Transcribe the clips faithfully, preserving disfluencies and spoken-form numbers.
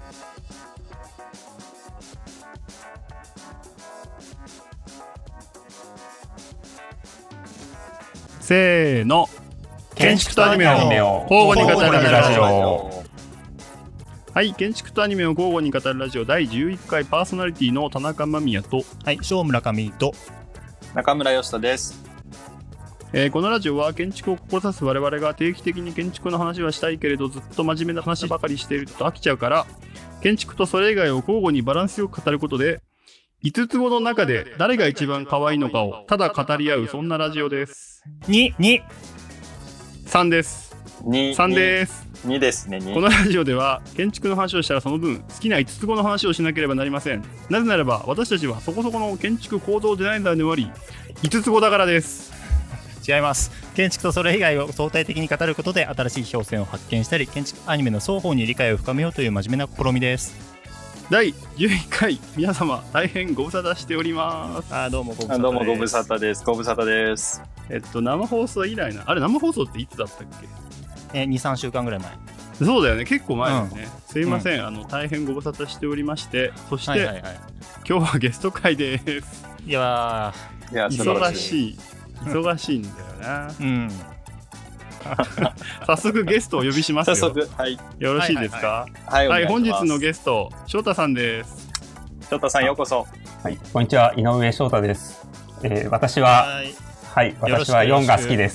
せーの、建築とアニメを交互に語るラジオ。はい、建築とアニメを交互に語るラジオだいじゅういっかい、パーソナリティの田中間宮と、 はい、小村上と中村義人です。 えー、このラジオは建築を志す我々が定期的に建築の話はしたいけれど、ずっと真面目な話ばかりしていると飽きちゃうから、建築とそれ以外を交互にバランスよく語ることで、いつつごの中で誰が一番可愛いのかをただ語り合う、そんなラジオです。 に、に、 さんです。 に、 さんです。 にですね。に。 このラジオでは建築の話をしたらその分好きないつつごの話をしなければなりません。なぜならば私たちはそこそこの建築構造デザイナーでもあり、いつつごだからです。 違います。建築とそれ以外を相対的に語ることで新しい表現を発見したり、建築アニメの双方に理解を深めようという真面目な試みです。 だいじゅういっかい、皆様大変ご無沙汰しております。 あ、どうもご無沙汰です。 どうもご無沙汰です。ご無沙汰です。 えっと生放送以来な、あれ生放送っていつだったっけ？ え、に、さんしゅうかんぐらい前。 そうだよね、結構前だよね、うん、すいません、 うん、 あの大変ご無沙汰しておりまして、そして、はいはいはい、今日はゲスト会です。 いやー、いや忙しい忙しいんだよな。うん。早速ゲストをお呼びしますよ。 早速、はい、 よろしいですか？ はい、はいはい、 はい、本日のゲスト翔太さんです。 翔太さんようこそ。 はい、こんにちは、井上翔太です。えー、私ははい、はい、私はよんが好きです。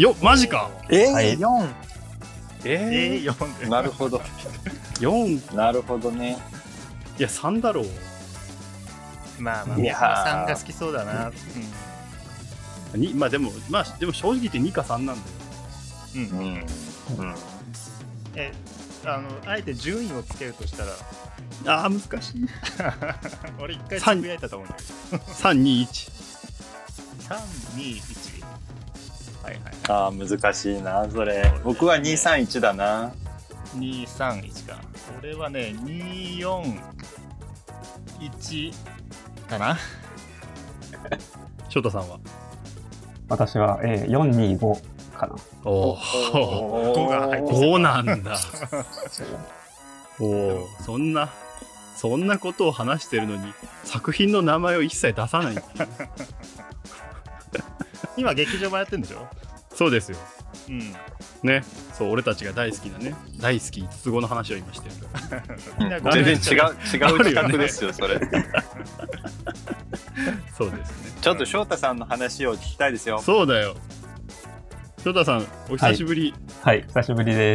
よ、マジか。 えー、 はい、 よん。 えー、よんなるほど。 よん。 なるほどね。 いやさんだろう。 まあまあ、いやさんが好きそうだな。 うん、にまあでもまあでも正直言ってにかさんなんだよ。 うんうんうん。え、あのあえて順位をつけるとしたら、 ああ難しい。 俺一回つぶやいたと思うんだけど。 さんにいち。 さんにいち。はいはい。 ああ難しいなそれ。僕はにさんいちだな。 にさんいちか。俺はねによんいちかな。 翔太さんは？ 私は、えー、よんにごかな。 おお。ごが入ってごなんだ。おお、そんなそんなことを話してるのに作品の名前を一切出さないっていう。 今劇場版やってんでしょ？ そうですよ。 うん。 ね、そう俺たちが大好きなね、大好きいつつごの話を今してるから。 みんな全然違う違う企画ですよそれ。 そうですね。 ちょっと翔太さんの話を聞きたいですよ。 そうだよ。翔太さんお久しぶり。 はい、はい、久しぶりです。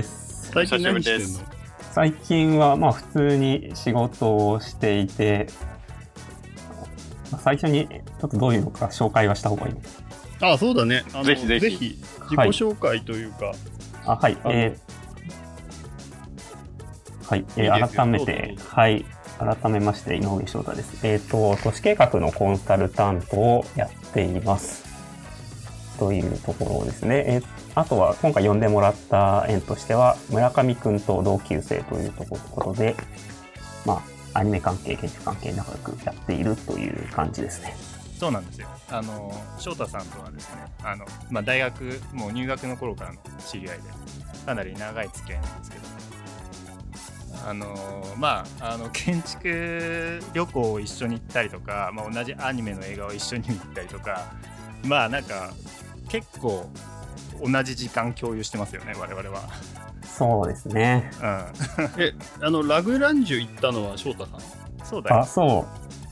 最近何してんの？ 最近はまあ普通に仕事をしていて、最初にちょっとどういうのか紹介はした方がいい。 ああ、そうだね。あのぜひぜひぜひ自己紹介というか。はい、 あ、はい、えー、はい、えー、改めて、はい、改めまして井上翔太です。えっと、都市計画のコンサルタントをやっています。というところですね。えー、あとは今回呼んでもらった縁としては、村上くんと同級生というところで、まあ、アニメ関係、建築関係仲良くやっているという感じですね。 そうなんですよ。あの翔太さんとはですね、あの、まあ、大学もう入学の頃からの知り合いでかなり長い付き合いなんですけど、あのまああの建築旅行を一緒に行ったりとか、まあ、同じアニメの映画を一緒に見に行ったりとか、まあなんか結構同じ時間共有してますよね我々は。 そうですね。 うん。 え、あのラグランジュ行ったのは翔太さん？ そうだよ。 あ、そう。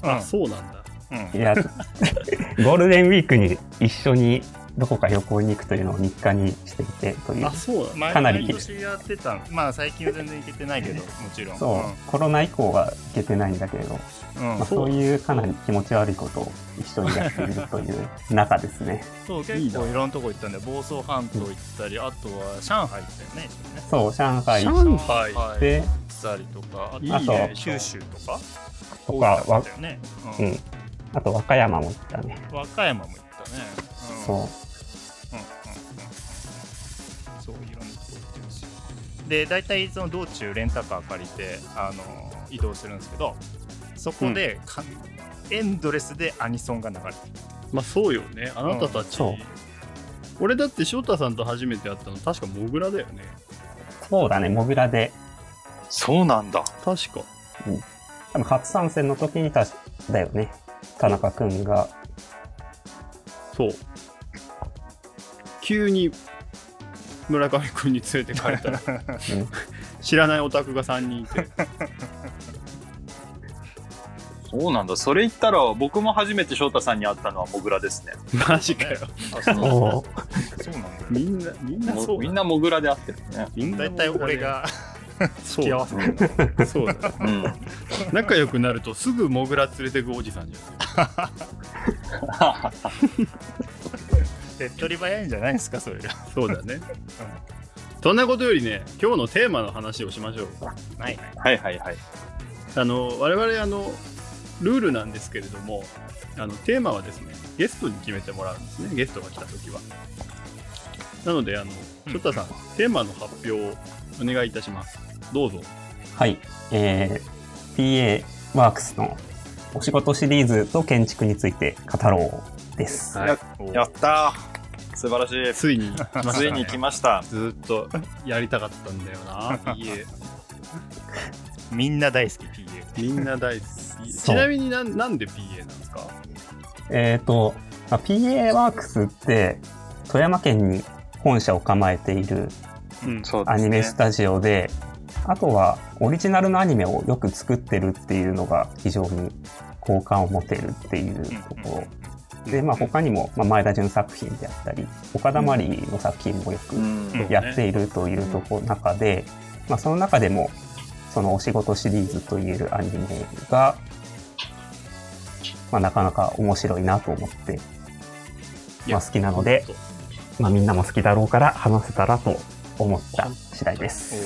あ、うん、そうなんだ。 いやゴールデンウィークに一緒にどこか旅行に行くというのを日課にしていてという。 あ、そうだ。 かなり毎年やってた。まあ最近は全然行けてないけどもちろん。 そう、うん、コロナ以降は行けてないんだけれど、うんまあ、そういうかなり気持ち悪いことを一緒にやっているという中ですね。 そう結構いろんなとこ行ったんで、房総半島行ったり、うん、あとは上海行ったよね。 そう上海上海行って行ったりとか、あと、ね、九州とかとかは、 ね、 うん。うんあと和歌山も行ったね。 和歌山も行ったね。 うん、そう。うんうんうん。 そういろんなとこ行ってるんですよ。で、大体その道中レンタカー借りてあの移動するんですけど、そこで、うん、エンドレスでアニソンが流れてる。 まあそうよね。あなたたち。うん、俺だって翔太さんと初めて会ったの確かモグラだよね。 そうだね、モグラでそうなんだ。 確か。 多分初参戦の時にただよね。田中くんが。 そう。急に村上くんに連れてかれたら、 うん、 知らないオタクがさんにんいて。 そうなんだ。それ言ったら僕も初めて翔太さんに会ったのはモグラですね。 マジかよ。 あそうおーそうなんだよ。 みんな、みんなそう。 みんなモグラで会ってるね。 みんな大体俺がそう付き合わせてる。 そうだよ。 うん。 仲良くなるとすぐモグラ連れてくおじさんじゃ手っ取り早いんじゃないですか、それが。 ん。そうだね。そんなことよりね、今日のテーマの話をしましょう。 はいはいはいはい。 あの、我々、あの、ルールなんですけれども、あの、テーマはですね、ゲストに決めてもらうんですね、ゲストが来たときは。なので、あの、翔太さん、テーマの発表をお願いいたします。どうぞ。 はい。えー、ピーエー ワークスのお仕事シリーズと建築について語ろうです。 はいややったー。素晴らしい。 ついに来ましたね。 ついに来ました。 ずーっとやりたかったんだよな、ピーエー。 みんな大好き ピーエー。 みんな大好き。 そうちなみになんなんで ピーエー なんですか？ えっ、と、まあ、ピーエー ワークスって富山県に本社を構えているうんそうですね。 アニメスタジオで、あとはオリジナルのアニメをよく作ってるっていうのが非常に好感を持てるっていうところ。で、まあ他にも、まあ、前田純作品であったり、岡田真理の作品もよくうん。 やっているというところ中で、まあその中でも、そのお仕事シリーズといえるアニメが、まあなかなか面白いなと思って、まあ好きなので、まあみんなも好きだろうから話せたらと思った次第です。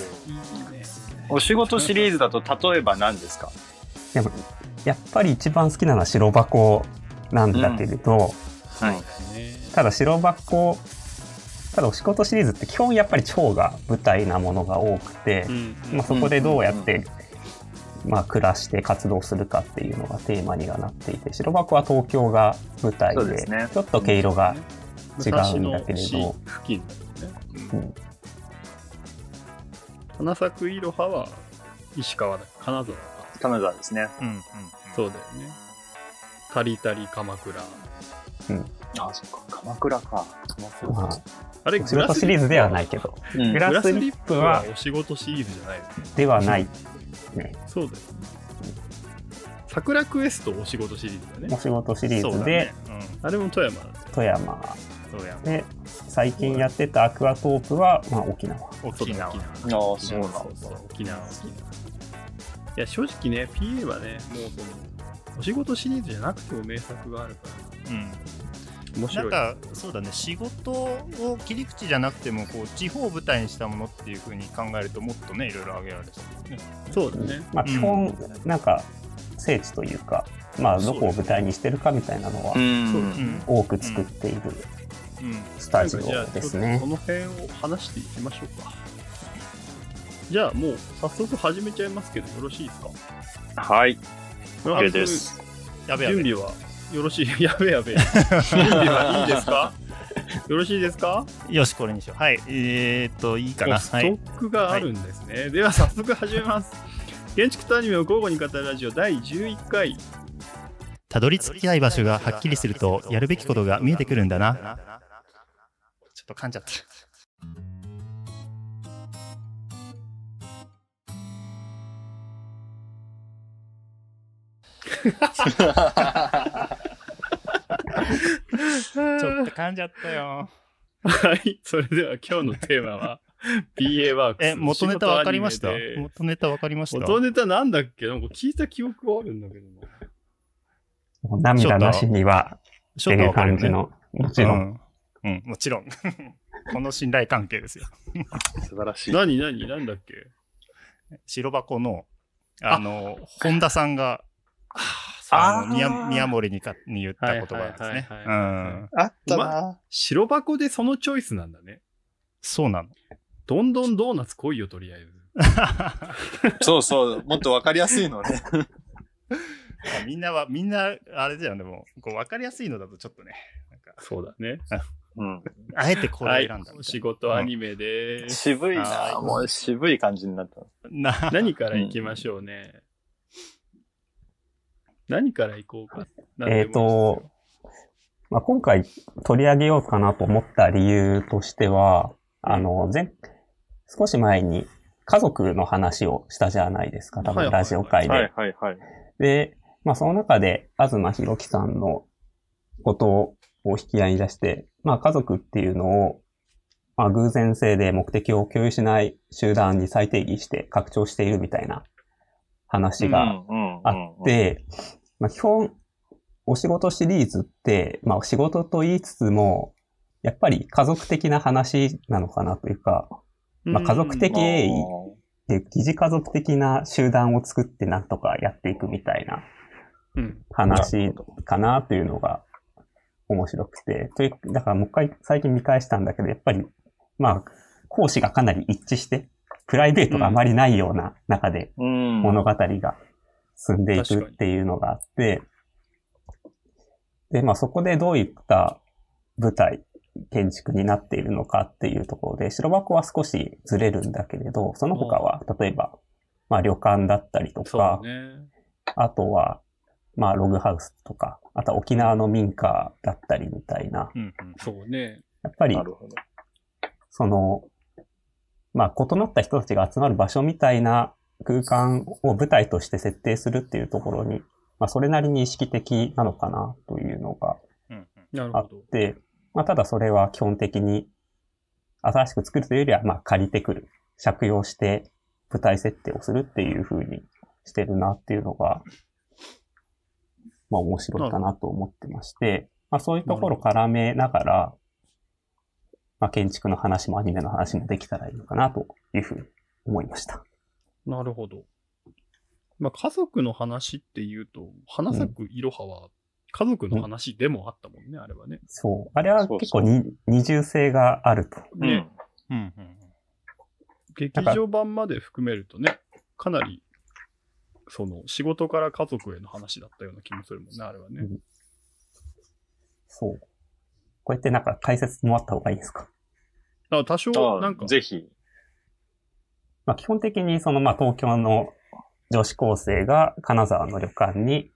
いいね。 お仕事シリーズだと例えば何ですか？ でもやっぱり一番好きなのは白箱なんだけれど、 はい。 ね、 ただ白箱、ただお仕事シリーズって基本やっぱり超が舞台なものが多くて、 うんまあ、そこでどうやって、まあ、暮らして活動するかっていうのがテーマにはなっていて、白箱は東京が舞台で、 そうですねちょっと毛色が違うんだけれ武蔵野ど、 市付近だよね。 うん花咲くいろはは石川だ、金沢か。 金沢ですね。 うんうんうん。 そうだよね。タリタリ鎌倉。 あ、そっか。鎌倉か。鎌まあ、 あれ、 お仕事シリーズではないけど、 うんグラスリップはお仕事シリーズじゃないよね。 ではない、ね、 そうだよね。桜クエストお仕事シリーズだよね。 お仕事シリーズで、 ね、 あれも富山だったよ。 富山うん、そうや。 で、最近やってたアクアトープは、まあ、沖縄。 沖縄。 ああ、そうなんだ。 そうそう沖縄好きな。いや、正直ね、ピーエー はね、もうその、お仕事シリーズじゃなくても名作があるかうん。 ら、面白い。 なんかそうだね、仕事を切り口じゃなくてもこう地方を舞台にしたものっていう風に考えるともっとねいろいろ挙げられそうですね。 そうだね。 まあ、基本、なんか、聖地というか、まあ、どこを舞台にしてるかみたいなのはう、ん。 そううん多く作っているうんスタジオなんかじゃあですねちょっとそ。の辺を話していきましょうか。じゃあもう早速始めちゃいますけどよろしいですか？ はい。 村上 OK です。 やべやべ。 準備はよろしい？やべやべ。準備はいいですか？よろしいですか？ よしこれにしよう。はい。えー、っといいかな。 ストはい。 ックがあるんですね。では早速始めます。建築とアニメを交互に語るラジオだいじゅういっかい。 たどり着きたい場所がはっきりするとやるべきことが見えてくるんだな。ちょっと噛んじゃった。ちょっと噛んじゃったよ。 はい。それでは今日のテーマは ピーエー ワークス。 え、元ネタわかりました？ お仕事アニメで元ネタわかりました？ 元ネタなんだっけ？なんか聞いた記憶はあるんだけどな。 涙なしには、っていう感じの、もちろん。 うん。うん、もちろん。この信頼関係ですよ。 素晴らしい。 何何なんだっけ？ 白箱の、あの、本田さんが、 ああの宮宮森にかに言った言葉ですね。 はいはいはいはいうん。 あったまな。 白箱でそのチョイスなんだね。 そうなの。 どんどんドーナツ来いよ、とりあえず。 そうそう。もっとわかりやすいのね。 みんなは、みんな、あれだよね、もう、こう分かりやすいのだとちょっとね、なんか、 そうだね。 うん。 あえてこれを選んだみたいな。 はい、仕事アニメでーす。 渋いなはいもう渋い感じになった。 な何から行きましょうね。何から行こうか。 えっと、まあ、今回取り上げようかなと思った理由としては、あの、前、少し前に家族の話をしたじゃないですか、多分ラジオ会で。 はいはいはい。 で、まあその中で、東博樹さんのことを引き合いに出して、まあ家族っていうのを、まあ偶然性で目的を共有しない集団に再定義して拡張しているみたいな話があって、まあ基本、お仕事シリーズって、まあ仕事と言いつつも、やっぱり家族的な話なのかなというか、まあ家族的営意で疑似家族的な集団を作ってなんとかやっていくみたいな話かなというのが面白くて、という、だからもう一回最近見返したんだけど、やっぱり、まあ、講師がかなり一致して、プライベートがあまりないような中で物語が進んでいくっていうのがあって、で、まあそこでどういった舞台、建築になっているのかっていうところで、白箱は少しずれるんだけれど、その他は、例えば、まあ旅館だったりとか、 ね、 あとは、まあログハウスとか、あとは沖縄の民家だったりみたいな。 うんうん、 そうね。 やっぱり、その、まあ異なった人たちが集まる場所みたいな空間を舞台として設定するっていうところに、まあそれなりに意識的なのかなというのがあって、まあ、ただそれは基本的に新しく作るというよりは、まあ、借りてくる。借用して舞台設定をするっていう風にしてるなっていうのが、まあ、面白いかなと思ってまして、まあ、そういうところ絡めながら、まあ、建築の話もアニメの話もできたらいいのかなというふうに思いました。 なるほど。まあ、家族の話っていうと、花咲くいろはは、家族の話でもあったもんね、うん、あれはね。 そう。あれは結構にそうそう二重性があると。 ね。うんうんうん、劇場版まで含めるとね、かなり、その、仕事から家族への話だったような気もするもんね、あれはね。うん、 そう。こうやってなんか解説もあった方がいいですか？ あ、多少、なんか。 ぜひ。 まあ基本的にその、まあ東京の女子高生が金沢の旅館に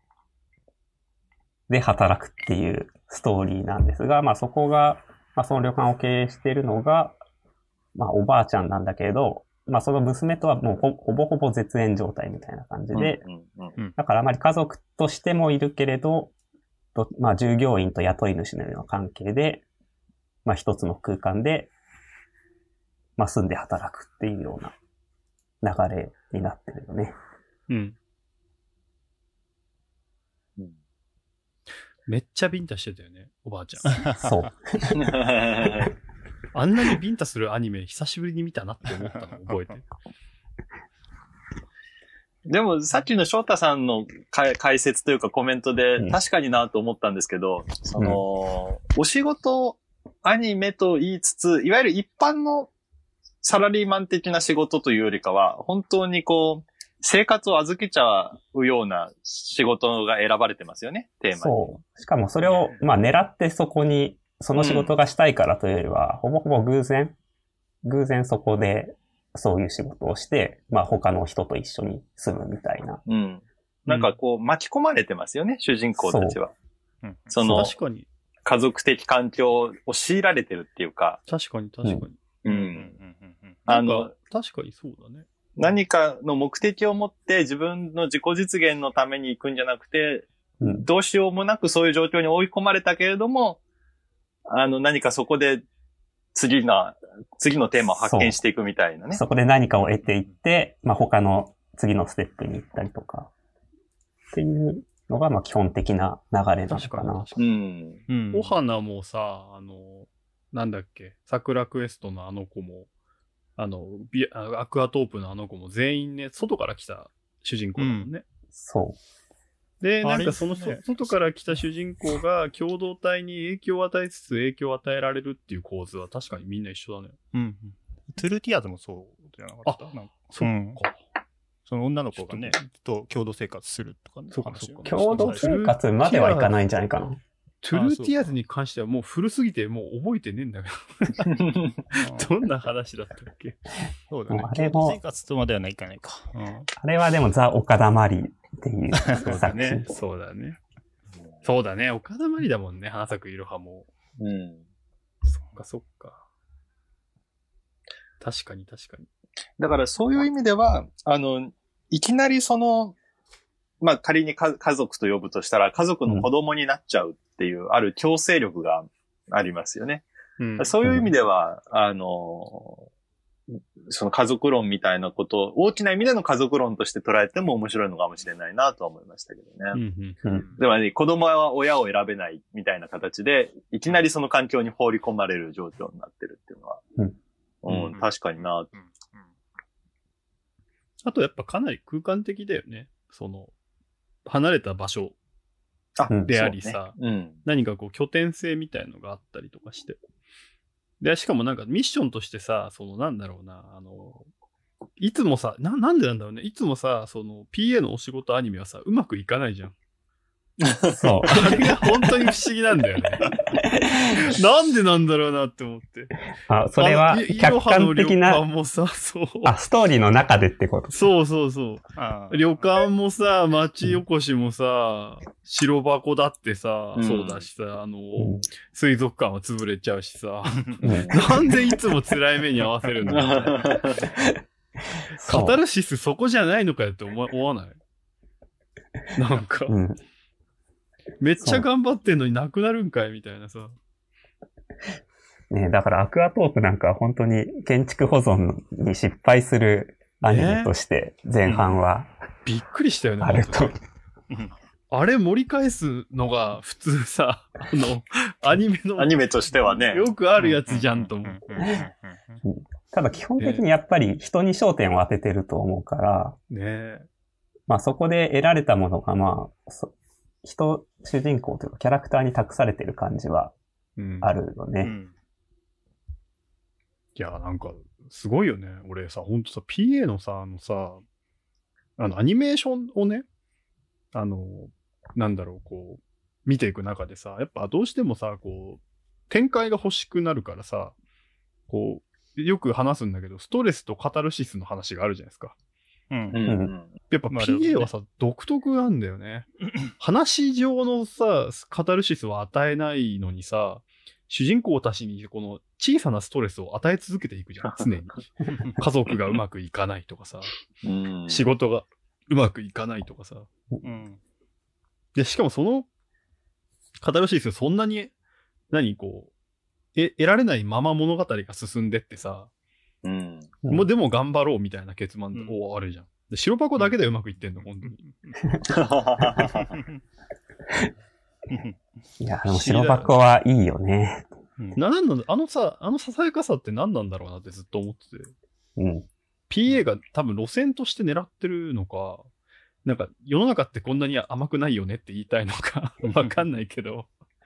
で働くっていうストーリーなんですが、まあそこが、まあその旅館を経営しているのが、まあおばあちゃんなんだけれど、まあその娘とはもう ほ, ほぼほぼ絶縁状態みたいな感じで、うんうんうん、だからあまり家族としてもいるけれど、まあ従業員と雇い主のような関係で、まあ一つの空間で、まあ住んで働くっていうような流れになってるよね。 うん。めっちゃビンタしてたよね、おばあちゃん。 そう。 あんなにビンタするアニメ久しぶりに見たなって思ったのを覚えてる。 でもさっきの翔太さんの解説というかコメントで確かになと思ったんですけど、うん、その、お仕事アニメと言いつつ、いわゆる一般のサラリーマン的な仕事というよりかは、本当にこう、生活を預けちゃうような仕事が選ばれてますよね、テーマに。 そう。しかもそれを、まあ狙ってそこに、その仕事がしたいからというよりは、うん、ほぼほぼ偶然、偶然そこでそういう仕事をして、まあ他の人と一緒に住むみたいな。 うん。なんかこう巻き込まれてますよね、主人公たちは。 そう。 その、 確かに。 家族的環境を強いられてるっていうか。 確かに確かに。 うん。うん、 あの、確かにそうだね。 何かの目的を持って自分の自己実現のために行くんじゃなくて、うん、どうしようもなくそういう状況に追い込まれたけれども、あの何かそこで次の、次のテーマを発見していくみたいなね。 そ, そこで何かを得ていって、まあ他の次のステップに行ったりとか、っていうのがまあ基本的な流れなのかな。確かに確かに。 うん。お花もさ、あの、なんだっけ、桜クエストのあの子も、あの、ビアクアトープのあの子も全員ね、外から来た主人公だもんね。うん、 そう。 で、なんかその、ね、外から来た主人公が共同体に影響を与えつつ影響を与えられるっていう構図は確かにみんな一緒だね。 うん。トゥルーティアーズもそうじゃなかった？ あ、なんかそっか、うん。 その女の子がね、と共同生活するとかね。 そうかそうか。 共同生活まではいかないんじゃないかな。 トゥルーティアーズに関してはもう古すぎてもう覚えてねえんだけど。どんな話だったっけ？ そうだね。 あれも生活とまではないかないか。うん、 あれはでもザ・岡田まりっていうそうだね。 作品。 そうだね。そうだね。岡田まりだもんね。花咲くいろはも。 うん。 そっかそっか。確かに確かに。 だからそういう意味では、あの、いきなりその、まあ、仮にか家族と呼ぶとしたら、家族の子供になっちゃうっていう、うん、ある強制力がありますよね。うん、そういう意味では、あの、その家族論みたいなことを、大きな意味での家族論として捉えても面白いのかもしれないなとは思いましたけどね。うんうんうん、でもね、子供は親を選べないみたいな形で、いきなりその環境に放り込まれる状況になってるっていうのは、うんうん、確かにな、うん。 あとやっぱかなり空間的だよね。その、離れた場所でありさ、ねうん、何かこう拠点性みたいのがあったりとかして。で、しかもなんかミッションとしてさ、そのなんだろうな、あの、いつもさ、な、なんでなんだろうね、いつもさ、その ピーエー のお仕事アニメはさ、うまくいかないじゃん。そう。あれが本当に不思議なんだよね。なんでなんだろうなって思って。 あ、それは客観的な。 もさ、そう。 あ、ストーリーの中でってこと？ そうそうそう。旅館もさ、町おこしもさ、白箱だってさ、うん、そうだしさ、あの、うん、水族館は潰れちゃうしさ、うん、なんでいつも辛い目に合わせるんだろうね。カタルシスそこじゃないのかよって思わ、思わない？なんか。うんめっちゃ頑張ってんのになくなるんかいみたいなさ。 ねえ、だからアクアトープなんか本当に建築保存に失敗するアニメとして前半は、 ねうん、びっくりしたよね。 あると。 あれ盛り返すのが普通さ、あの、アニメの。 アニメとしてはね。 よくあるやつじゃんと思う。 ただ基本的にやっぱり人に焦点を当ててると思うから、 ねえ。 まあそこで得られたものがまあ、人、主人公というかキャラクターに託されてる感じはあるよね。うんうん、 いや、なんか、すごいよね。俺さ、ほんとさ、ピーエー のさ、あのさ、あの、アニメーションをね、あの、なんだろう、こう、見ていく中でさ、やっぱどうしてもさ、こう、展開が欲しくなるからさ、こう、よく話すんだけど、ストレスとカタルシスの話があるじゃないですか。うんうん、やっぱ ピーエー はさ、独特なんだよね。話上のさ、カタルシスを与えないのにさ、主人公たちにこの小さなストレスを与え続けていくじゃん、常に。家族がうまくいかないとかさ、うん、仕事がうまくいかないとかさ。うん、で、しかもそのカタルシスそんなに、何こう、え、得られないまま物語が進んでってさ、うん、もうでも頑張ろうみたいな結末をあるじゃん。で白箱だけでうまくいってんの、本当に。 いや、でも白箱はいいよね。 な、なんなんだ、あのさ、あのささやかさって何なんだろうなってずっと思ってて。うん。ピーエー が多分路線として狙ってるのか、なんか世の中ってこんなに甘くないよねって言いたいのか、わかんないけど。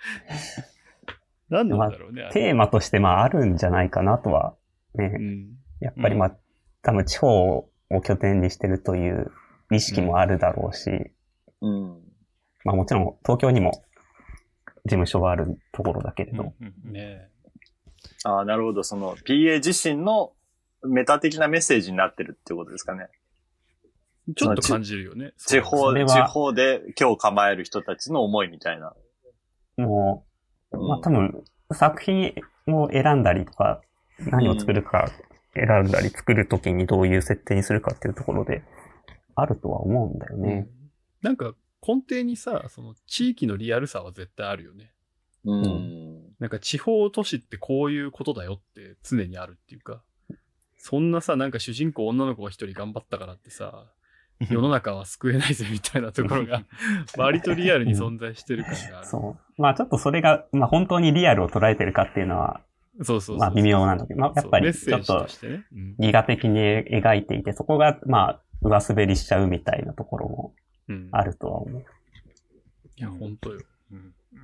何なんだろうね。 まあ、テーマとしてまああるんじゃないかなとは。ね、うん、やっぱりまあ、うん、多分地方を拠点にしてるという意識もあるだろうし、うん、まあもちろん東京にも事務所はあるところだけれど。うんうんね、 ああ、なるほど。その ピーエー 自身のメタ的なメッセージになってるっていうことですかね。 ちょっと感じるよね。 地方、地方で今日構える人たちの思いみたいな。 もう、まあ多分作品を選んだりとか、何を作るか選んだり作るときにどういう設定にするかっていうところであるとは思うんだよね。 うん、なんか根底にさ、その地域のリアルさは絶対あるよね。うん。なんか地方都市ってこういうことだよって常にあるっていうか、そんなさ、なんか主人公女の子が一人頑張ったからってさ、世の中は救えないぜみたいなところが割とリアルに存在してる感がある。 そう。まあちょっとそれが、まあ本当にリアルを捉えてるかっていうのは、 そうそうそうまあ微妙なんだけど、まあやっぱりちょっとギガ的に描いていて、そこがまあ上滑りしちゃうみたいなところもあるとは思う。うん、いや、本当よ、うんうん。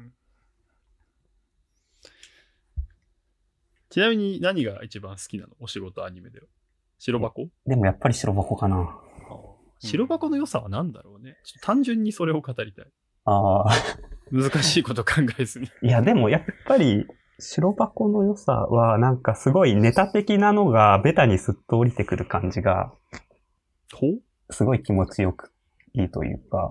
ちなみに何が一番好きなの？お仕事アニメでは。白箱？ でもやっぱり白箱かな。 白箱の良さは何だろうね。ちょっと単純にそれを語りたい。 ああ。 難しいこと考えずに。 いや、でもやっぱり、白箱の良さは、なんかすごいネタ的なのがベタにスッと降りてくる感じが、 ほすごい気持ちよくいいというか、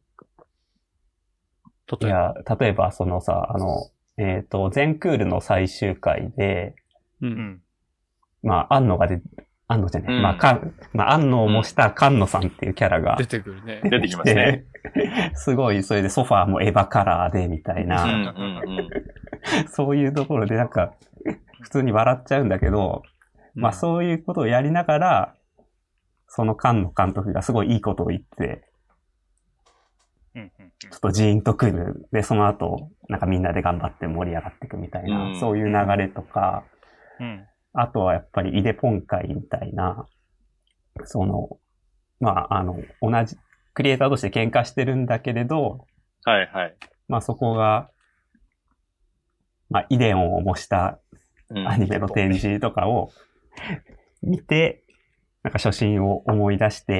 い例えば。 や、例えばそのさ、あの、えっと、全クールの最終回で、 う。 うんん。 まあ、安野がで、安野じゃない、 うんまあ、かん、まあ、安野を模した菅野さんっていうキャラが出てくるね。 出てきますね。 すごい、それでソファーもエヴァカラーで、みたいうんな、 うんうん。 そういうところでなんか、普通に笑っちゃうんだけど、まあそういうことをやりながら、その菅野監督がすごいいいことを言って、 うんうんちょっとジーンとくる。で、その後、なんかみんなで頑張って盛り上がっていくみたいな、 うんそういう流れとか、 うんあとはやっぱりイデポン会みたいな、その、まあ、あの、同じ、クリエイター同士で喧嘩してるんだけれど、 はいはい。 まあそこが、まあ、イデオンを模したうんアニメの展示とかを見て、なんか初心を思い出して、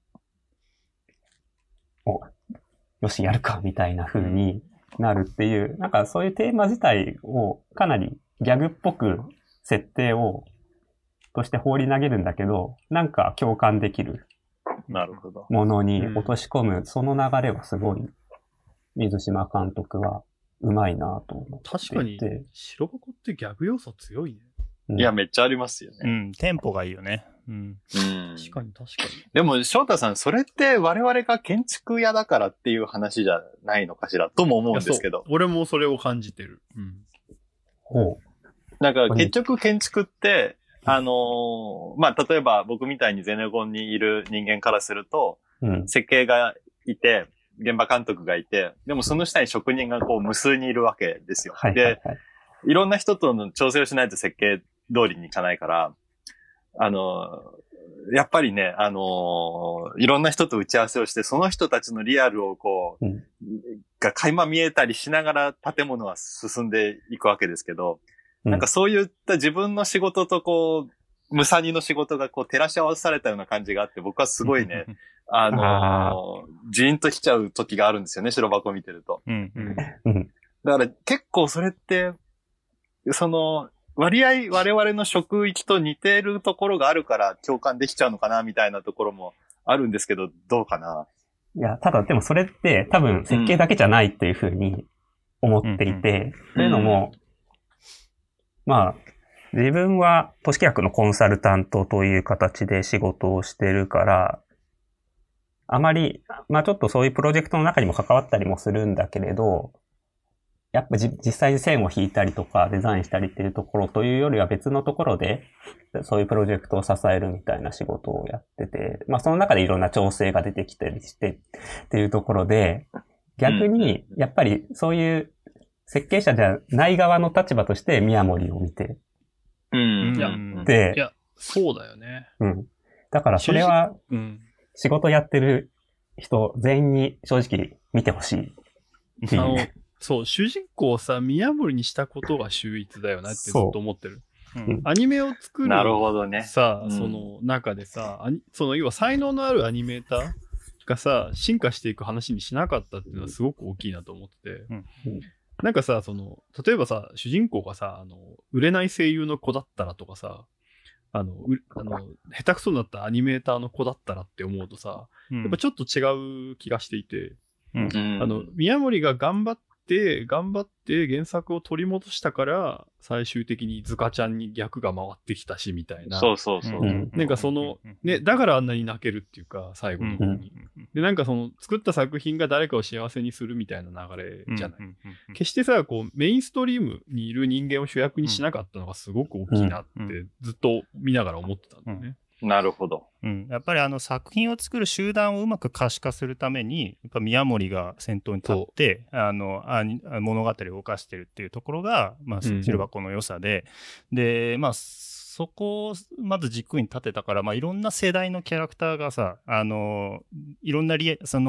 お、よし、やるか、みたいな風になるっていう、なんかそういうテーマ自体をかなりギャグっぽく設定を、として放り投げるんだけど、なんか共感できるなるほど。 ものに落とし込む、その流れはすごい、水島監督はうまいなと思っていて。 確かに、白箱ってギャグ要素強いね。 うんいや、めっちゃありますよね。 うん、テンポがいいよね。うん。 うん。 確かに確かに。 でも、翔太さん、それって我々が建築屋だからっていう話じゃないのかしらとも思うんですけどいや。そう俺もそれを感じてる。うん。 ほなんか、結局建築って、あのーまあ、例えば僕みたいにゼネコンにいる人間からすると、 う。うん。 設計がいて、現場監督がいて、でもその下に職人がこう無数にいるわけですよ。 はいはいはい。 で、いろんな人との調整をしないと設計通りにいかないから、あのーやっぱりね、あのーいろんな人と打ち合わせをして、その人たちのリアルをこう、 うんが垣間見えたりしながら建物は進んでいくわけですけど、 うんなんかそういった自分の仕事とこう、ムサニの仕事がこう照らし合わされたような感じがあって、僕はすごいね、あのー、ジーンと来ちゃう時があるんですよね、白箱見てると。 うん。 うん。 うん。 だから結構それって、その、割合我々の職域と似てるところがあるから共感できちゃうのかな、みたいなところもあるんですけど、どうかな。 いや、ただでもそれって多分設計だけじゃないっていうふうに思っていて、というのも、まあ、自分は都市契約のコンサルタントという形で仕事をしてるから、あまり、まあちょっとそういうプロジェクトの中にも関わったりもするんだけれど、やっぱじ実際に線を引いたりとかデザインしたりっていうところというよりは別のところで、そういうプロジェクトを支えるみたいな仕事をやってて、まあその中でいろんな調整が出てきたりしてっていうところで、逆にやっぱりそういう設計者じゃない側の立場として宮森を見て、 うん。 いやでい、や、そうだよね。 うん。だからそれはうん。 仕事やってる人全員に正直見てほしいっていあのう。、 そう、主人公をさ、宮森にしたことが秀逸だよなってずっと思ってる。 うんアニメを作るなるほどね。 さ、 うんその中でさ、アニその要は才能のあるアニメーターがさ、進化していく話にしなかったっていうのはすごく大きいなと思ってて。 うんなんかさ、その、例えばさ、主人公がさ、あの、売れない声優の子だったらとかさ、あの、うあの下手くそになったアニメーターの子だったらって思うとさ、 うんやっぱちょっと違う気がしていて、 うんうんあの、宮森が頑張って、頑張って原作を取り戻したから、最終的にズカちゃんに逆が回ってきたし、みたいな。 そうそうそう。 うんなんかその、ね、だからあんなに泣けるっていうか、最後の方に。で、なんかその、作った作品が誰かを幸せにするみたいな流れじゃない。決してさ、こう、メインストリームにいる人間を主役にしなかったのがすごく大きいなって、ずっと見ながら思ってたんだよね。 なるほど。 うん、やっぱりあの作品を作る集団をうまく可視化するためにやっぱ宮森が先頭に立ってあのあ物語を動かしてるっていうところが、まあ、 うん白箱の良さで、でまあそこをまず軸に立てたから、まあ、いろんな世代のキャラクターがさあのいろんなリエその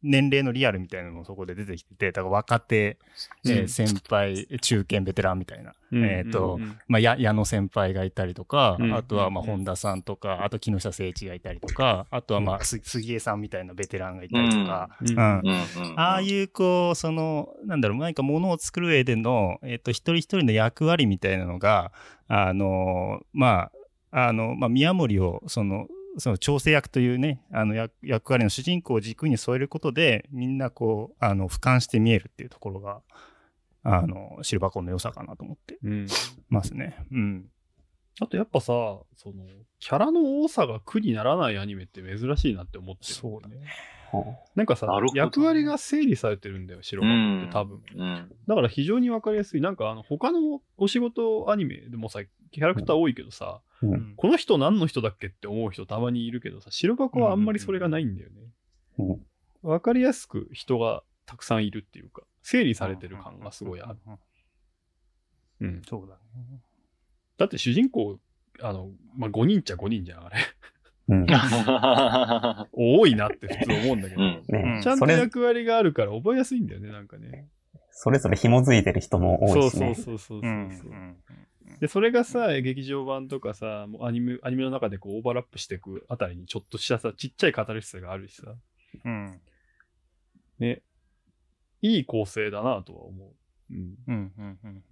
年齢のリアルみたいなのもそこで出てきてて、だから若手、 うんえー先輩、中堅、ベテランみたいな、 うんえっ、と、 うんうんまあ、や矢野先輩がいたりとか、 うんあとは、まあ、 うん本田さんとか、あと木下誠一がいたりとか、あとは、まあ、す杉江さんみたいなベテランがいたりとか、 うんうんうんうんああいう、こう、その、なんだろう、何かものを作る上での、えっ、と、一人一人の役割みたいなのが、あの、まあ、あの、まあ、宮森を、その、その調整役というね、あの役役割の主人公を軸に添えることで、みんなこう、あの、俯瞰して見えるっていうところが、あの、シルバーコーンの良さかなと思ってうんますね。うん。 あとやっぱさ、その、キャラの多さが苦にならないアニメって珍しいなって思ってる、 そうだね。 はなんかさなるほ、どね役割が整理されてるんだよ、白箱って多分。 うん。 だから非常にわかりやすい。なんかあの、他のお仕事アニメでもさ、キャラクター多いけどさ、 うんうんこの人何の人だっけって思う人たまにいるけどさ、白箱はあんまりそれがないんだよね。 うんわかりやすく人がたくさんいるっていうか、整理されてる感がすごいある。 うん。 うん。 そうだね。 だって主人公、あの、まあ、ごにんっちゃごにんじゃん、あれ。 うん多いなって普通思うんだけど。 うんねうんちゃんとそれ役割があるから覚えやすいんだよね、なんかね。 それぞれ紐づいてる人も多そそういうしね。 そうそうそうそう。 うんうんで、それがさ、劇場版とかさ、もうアニメ、アニメの中でこうオーバーラップしていくあたりにちょっとしたさ、ちっちゃいカタルシスがあるしさ、 うんね。いい構成だなとは思う。うん。 うんうんうん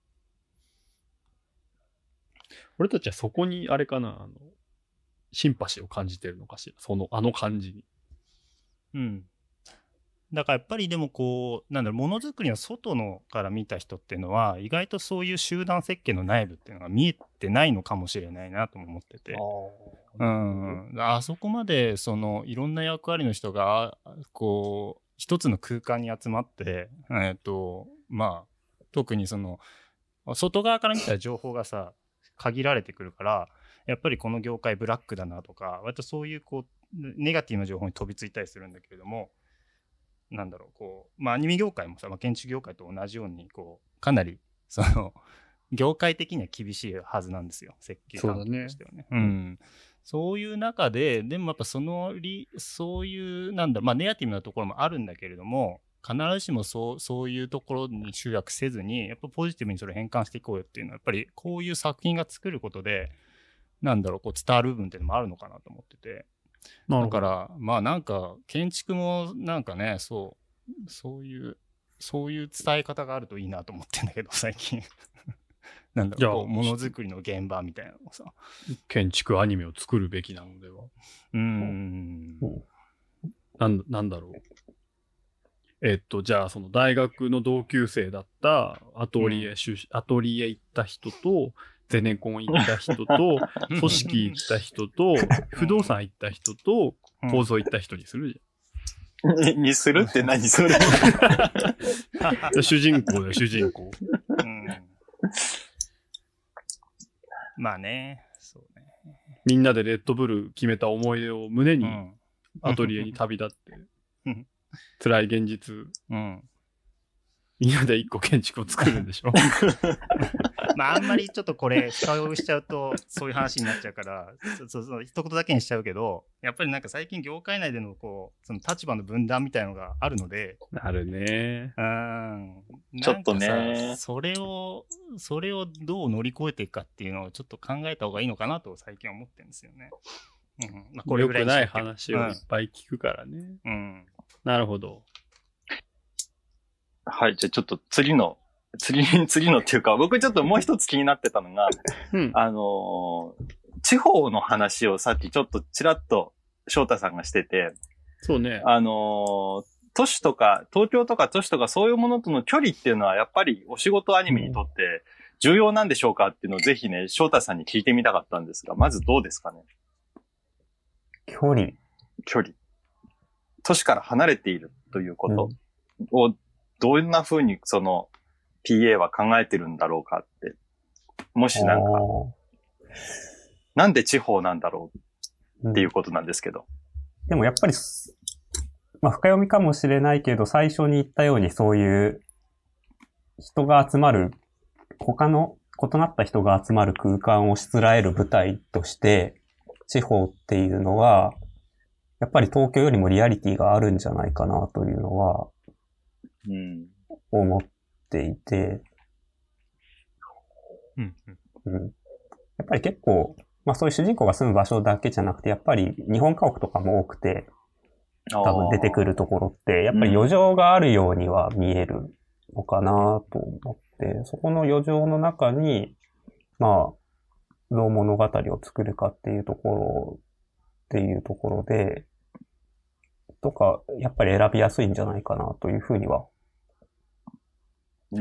俺たちはそこにあれかな、あの、シンパシーを感じてるのかしら。その、あの感じに。 うん。だからやっぱりでもこう、なんだろう、ものづくりの外のから見た人っていうのは、意外とそういう集団設計の内部っていうのが見えてないのかもしれないなとも思ってて。うん。あそこまで、その、いろんな役割の人が、こう、一つの空間に集まって、えっと、まあ、特にその、外側から見たら情報がさ、限られてくるから、やっぱりこの業界ブラックだなとか、割とそういうこう、ネガティブな情報に飛びついたりするんだけれども、なんだろう、こう、まあアニメ業界もさ、まあ、建築業界と同じように、こう、かなり、その、業界的には厳しいはずなんですよ、設計担当としてはね。ううん。そういう中で、でもやっぱそのり、そういう、なんだろう、まあネガティブなところもあるんだけれども、必ずしもそう、そういうところに集約せずに、やっぱポジティブにそれを変換していこうよっていうのは、やっぱりこういう作品が作ることで、なんだろう、こう伝わる部分っていうのもあるのかなと思ってて。だから、まあなんか、建築もなんかね、そう、そういう、そういう伝え方があるといいなと思ってんだけど、最近。なんだじゃあろう、こうものづくりの現場みたいなのをさ。 建築アニメを作るべきなのでは。 うーん。 なんなんだろう。えっと、じゃあ、その大学の同級生だったアトリエ出、アトリエ行った人と、ゼネコン行った人と、組織行った人と、不動産行った人と、構造行った人にするじににするって何それゃん。主人公だよ、主人公。 うんまあね、そうね。 みんなでレッドブル決めた思い出を胸にうん。 アトリエに旅立ってうん、 辛い現実、 うん。 みんなで一個建築を作るんでしょ。 まああんまりちょっとこれ深追いしちゃうとそういう話になっちゃうからそうそうそう一言だけにしちゃうけどやっぱりなんか最近業界内でのこうその立場の分断みたいのがあるのでなるね。 うんちょっとねなんかさそれをそれをどう乗り越えていくかっていうのをちょっと考えた方がいいのかなと最近は思ってるんですよね。うんまあ、これ良ぐらいくないにしとく話をいっぱい聞くからね。 うん、うんなるほど。 はい、じゃあちょっと次の、次、次のっていうか、僕ちょっともう一つ気になってたのが、 うん。 あのー地方の話をさっきちょっとちらっと翔太さんがしてて、 そうね。 あのー都市とか、東京とか都市とかそういうものとの距離っていうのはやっぱりお仕事アニメにとって重要なんでしょうかっていうのをぜひね、翔太さんに聞いてみたかったんですが、まずどうですかね？ 距離。 距離。都市から離れているということを、どんな風にその ピーエー は考えてるんだろうかって。もしなんか、なんで地方なんだろうっていうことなんですけど。 でもやっぱり、まあ深読みかもしれないけど、最初に言ったようにそういう人が集まる、他の異なった人が集まる空間をしつらえる舞台として、地方っていうのは、 やっぱり東京よりもリアリティがあるんじゃないかなというのはうん。 思っていて、 うんうんうん、やっぱり結構、まあそういう主人公が住む場所だけじゃなくて、やっぱり日本家屋とかも多くて、多分出てくるところって、やっぱり余剰があるようには見えるのかなと思って、そこの余剰の中に、まあ、どう物語を作るかっていうところっていうところで、とか、やっぱり選びやすいんじゃないかなというふうには。 うん、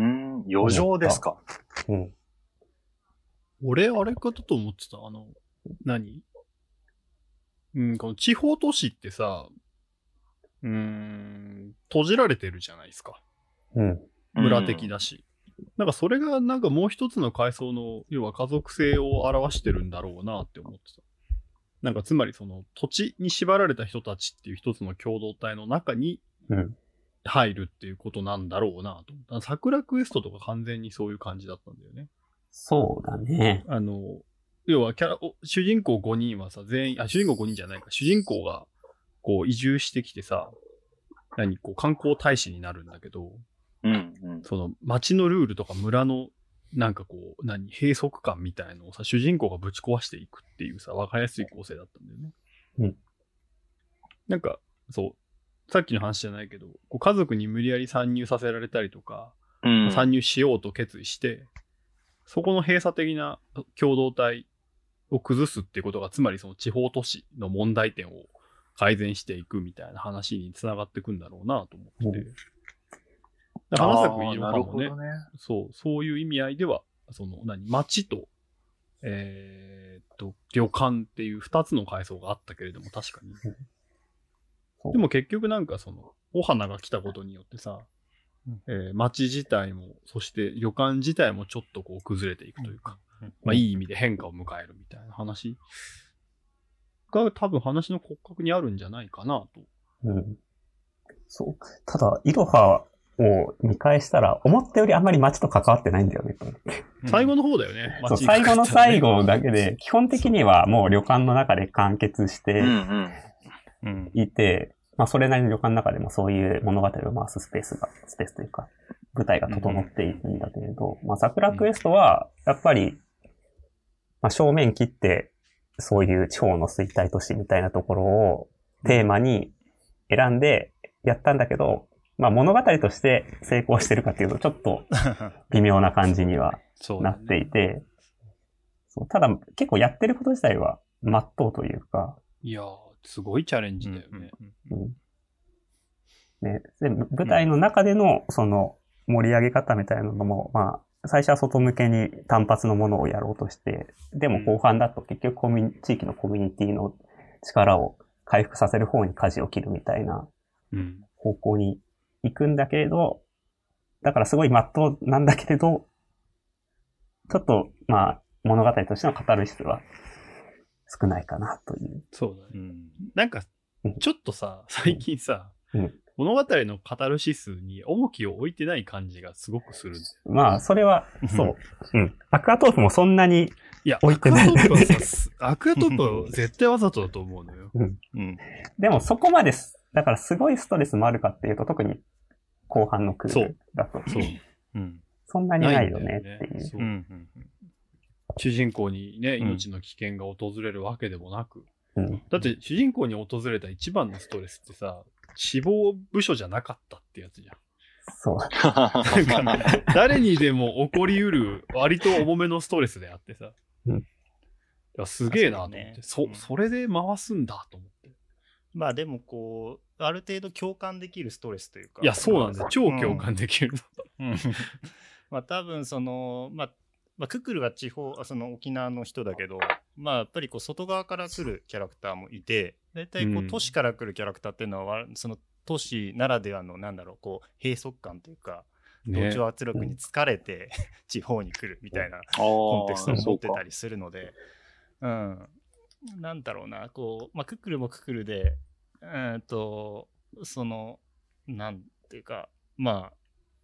余剰ですか。 うん。 俺、あれかと思ってた。あの、何うん、この地方都市ってさ、うーん、閉じられてるじゃないですか。 うん。 村的だし。なんかそれがなんかもう一つの階層の、要は家族性を表してるんだろうなって思ってた。なんかつまりその土地に縛られた人たちっていう一つの共同体の中に入るっていうことなんだろうなと思った。桜クエストとか完全にそういう感じだったんだよね。 そうだね。 あの、要はキャラ、主人公ごにんはさ、全員、あ、主人公ごにんじゃないか、主人公がこう移住してきてさ、何、こう観光大使になるんだけど、 うんうん、 その街のルールとか村のなんかこう、何、閉塞感みたいのをさ、主人公がぶち壊していくっていうさ、わかりやすい構成だったんだよね。 うん。 なんか、そう、さっきの話じゃないけど、こう家族に無理やり参入させられたりとか、 うん、 参入しようと決意して、そこの閉鎖的な共同体を崩すっていうことが、つまりその地方都市の問題点を改善していくみたいな話につながっていくんだろうなと思ってて。うん、花咲いろはもね、ね、そう、そういう意味合いでは、その何、町と、えー、っと、旅館っていう二つの階層があったけれども、確かに。でも結局なんかその、お花が来たことによってさ、えー、町自体も、そして旅館自体もちょっとこう崩れていくというか、まあいい意味で変化を迎えるみたいな話が多分話の骨格にあるんじゃないかなと。 うん。そう。ただ、いろはを見返したら、思ったよりあんまり街と関わってないんだよね、と思って。 最後の方だよね。 そう、最後の最後だけで、基本的にはもう旅館の中で完結していて、まあそれなりに旅館の中でもそういう物語を回すスペースが、スペースというか、舞台が整っているんだけれど、まあ桜クエストは、やっぱり、まあ正面切って、そういう地方の衰退都市みたいなところをテーマに選んでやったんだけど、まあ物語として成功してるかっていうとちょっと微妙な感じにはなっていて、そうそうただ結構やってること自体は真っ当というか。 いやー、すごいチャレンジだよね。 うんね、で舞台の中でのその盛り上げ方みたいなのも、まあ最初は外向けに単発のものをやろうとして、でも後半だと結局コミュニ地域のコミュニティの力を回復させる方に舵を切るみたいな方向に行くんだけれど、だからすごい真っ当なんだけれど、ちょっとまあ物語としての語る質は少ないかなという。 そうだね。うん、なんかちょっとさ、最近さ、うんうん物語のカタルシスに重きを置いてない感じがすごくするんだよ。 まあ、それは、そう。うん。アクアトープもそんなに置いてない。 いや、アクアトープはさ、アクアトープは絶対わざとだと思うのよ。 うん。うん、でもそこまです、だからすごいストレスもあるかっていうと、特に後半のクールだと。そう。そう。うん。そんなにないよねっていう。そう。うん、 主人公にね、命の危険が訪れるわけでもなく。うん、だって主人公に訪れた一番のストレスってさ、死亡部署じゃなかったってやつじゃん。 そう。 なんか誰にでも起こりうる割と重めのストレスであってさ。うん、いやすげえなと思って、ね、そ、それで回すんだと思って。 まあでもこう、ある程度共感できるストレスというか。 いや、そうなんだよ。超共感できる。 うん、まあ多分その、まあ、まあ、ククルは地方、その沖縄の人だけど、まあやっぱりこう外側から来るキャラクターもいて、だいたいこう都市から来るキャラクターっていうのは、うん、その都市ならではのなんだろう、こう閉塞感というか、同調圧力に疲れて、ね、地方に来るみたいなコンテクストを持ってたりするので、うん、なんだろうな、こう、まあククルもククルで、うんとそのなんていうか、まあ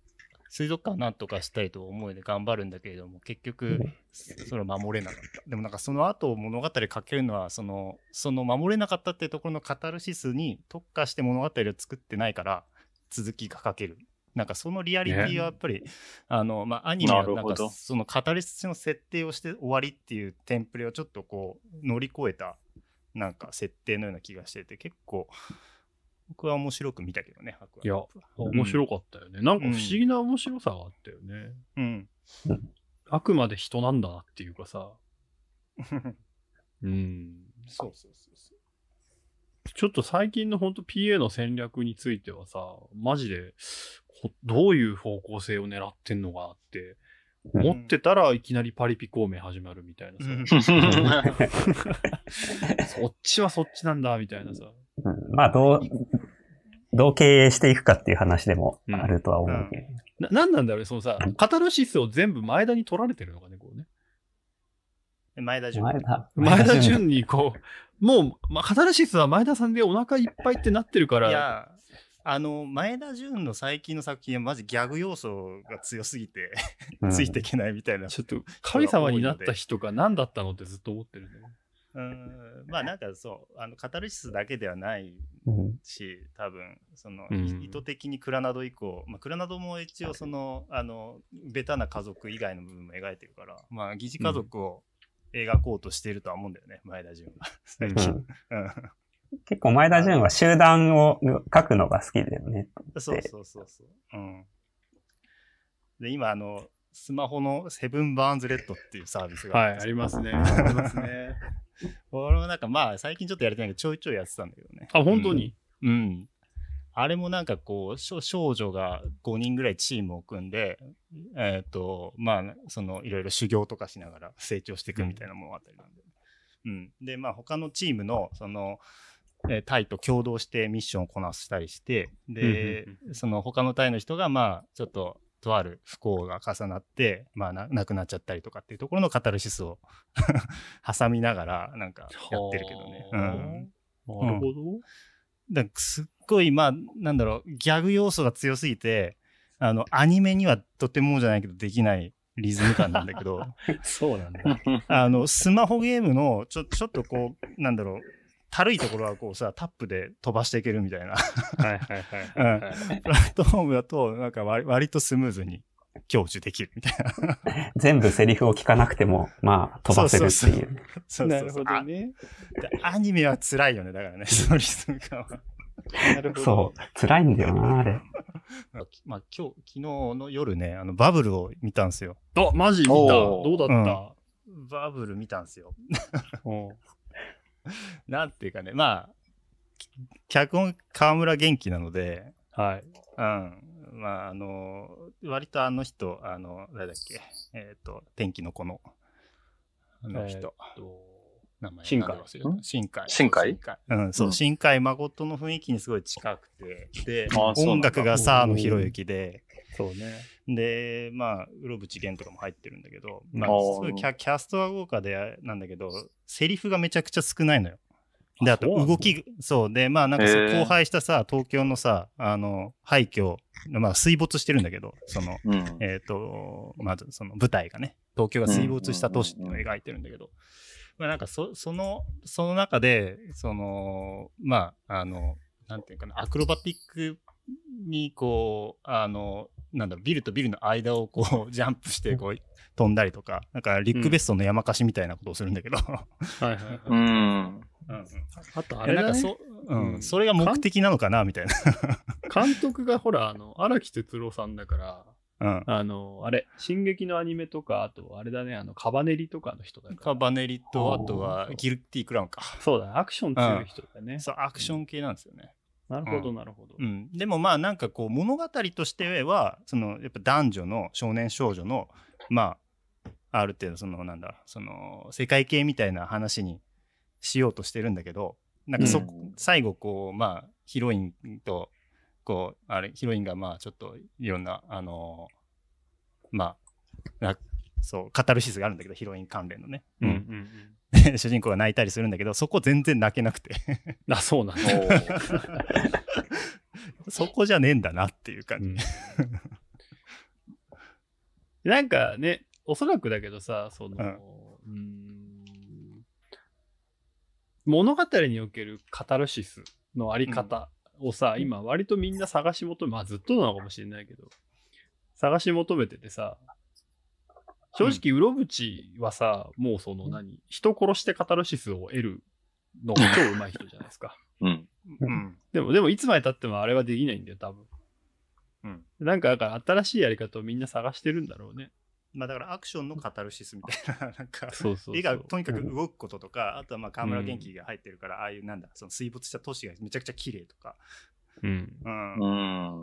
水族館なんとかしたいと思いで頑張るんだけれども、結局それを守れなかった。でもなんかその後物語書けるのはそのその守れなかったっていうところのカタルシスに特化して物語を作ってないから続きが書ける。なんかそのリアリティはやっぱり、ね、あのまあアニメはなんかそのカタルシスの設定をして終わりっていうテンプレをちょっとこう乗り越えたなんか設定のような気がしてて、結構僕は面白く見たけどね。 いや、面白かったよね。うん、なんか不思議な面白さがあったよね。 うん。 あくまで人なんだなっていうかさ。うん。 そうそうそうそう。 ちょっと最近の本当 ピーエー の戦略についてはさ、マジでどういう方向性を狙ってんのかなって思ってたらいきなりパリピ孔明始まるみたいなさ。そっちはそっちなんだみたいなさ。 うん、まあどう、どう経営していくかっていう話でもあるとは思うけど、うんうん、な、なんなんだろうね、そのさ、カタルシスを全部前田に取られてるのかね、こうね。 前田純。 前田。 前田純にこう、もう、まあ、カタルシスは前田さんでお腹いっぱいってなってるから。 いや、あの、前田純の最近の作品はマジギャグ要素が強すぎて、ついていけないみたいな、うん。 ちょっと、神様になった人が何だったのってずっと思ってるね。 うんまあなんかそうあのカタルシスだけではないし、多分その、うん、意図的にクラナド以降、まあ、クラナドも一応そのあのベタな家族以外の部分も描いてるから、まあ疑似家族を描こうとしているとは思うんだよね、うん、前田純は最近、うんうん、結構前田純は集団を描くのが好きだよね。 そうそうそうそう、うん、で今あのスマホのセブンバーンズレッドっていうサービスがはいありますねありますね俺もなんかまあ最近ちょっとやれてないけどちょいちょいやってたんだけどね。 あ、本当に、 うん、うん。あれもなんかこう少女がごにんぐらいチームを組んで、えっ、ー、とまあそのいろいろ修行とかしながら成長していくみたいな物語なんで、うん、でまあ他のチームのそのえー、隊と共同してミッションをこなしたりしてでその他の隊の人がまあちょっととある不幸が重なって、まあ、な亡くなっちゃったりとかっていうところのカタルシスを挟みながらなんかやってるけどね。うん、 なるほど。 だからすっごいまあなんだろうギャグ要素が強すぎてあのアニメにはとてもじゃないけどできないリズム感なんだけどそうなんだ。 あのスマホゲームのちょちょっとこうなんだろうたるいところはこうさタップで飛ばしていけるみたいなはいはいはい、はいうん、プラットフォームだとなんか 割, 割とスムーズに享受できるみたいな全部セリフを聞かなくてもまあ飛ばせるっていう。 そうそうそうなるほどね。 アニメは辛いよねだからねそのリズム感は。 なるほど。 そう辛いんだよなあれ。 まあ今日昨日の夜ねあのバブルを見たんですよ。 あマジ見た。どうだった、 うん、バブル見たんですよ。なんていうかねまあ脚本川村元気なので、 はい、 うん、まああの割とあの人あの誰だっけえっ、ー、と天気の子のあの人、えー、名前新海新海新海うんそう、うん、新海誠の雰囲気にすごい近くてで音楽が沢野弘之でそうねでまあうろぶちげんとかも入ってるんだけど、まあ、すごいキャ、キャストは豪華でなんだけどセリフがめちゃくちゃ少ないのよ。であと動きそうでまあなんか荒廃したさ東京のさあの廃墟まあ水没してるんだけどその、うん、えっ、ー、とまずその舞台がね東京が水没した都市っていうのを描いてるんだけど、まあなんかそそのその中でそのまああのなんていうかなアクロバティックにこうあのなんだろうビルとビルの間をこうジャンプしてこう飛んだりとかなんかリュックベストの山貸しみたいなことをするんだけど、うん、 はいはいはい、 うんうんうん、あとあれだねなんか そ,、うんうん、それが目的なのかなみたいな監督がほらあの荒木哲郎さんだから、うん、あのあれ進撃のアニメとかあとあれだねあのカバネリとかの人だからカバネリとあとはギルティクラウンかそうだアクション強い人だね、 うん、そうアクション系なんですよね、 うん、なるほどなるほど、 うん、でもまあなんかこう物語としてはそのやっぱ男女の少年少女のまあある程度そのなんだその世界系みたいな話にしようとしてるんだけどなんかそ、うん、最後こうまあヒロインとこうあれヒロインがまあちょっといろんなあのまあそうカタルシスがあるんだけどヒロイン関連のね、うんうんうん、主人公が泣いたりするんだけどそこ全然泣けなくてあそうなんだそこじゃねえんだなっていう感じ、うんなんかね、おそらくだけどさ、その、 うんうーん物語におけるカタルシスのあり方をさ、うん、今割とみんな探し求め、まあずっとなのかもしれないけど、探し求めててさ、正直、うろぶちはさ、もうその何、人殺してカタルシスを得るのが超上手い人じゃないですか。 うん。 うん。 でも、でもいつまで経ってもあれはできないんだよ、多分。 うん。 なんか、だから新しいやり方をみんな探してるんだろうね。 まあだからアクションのカタルシスみたいな、なんか、 そうそうそう。 絵がとにかく動くこととか、あとはまあ河村元気が入ってるから、うん、ああいうなんだ、その水没した都市がめちゃくちゃ綺麗とか。 うん。 うん。 うん。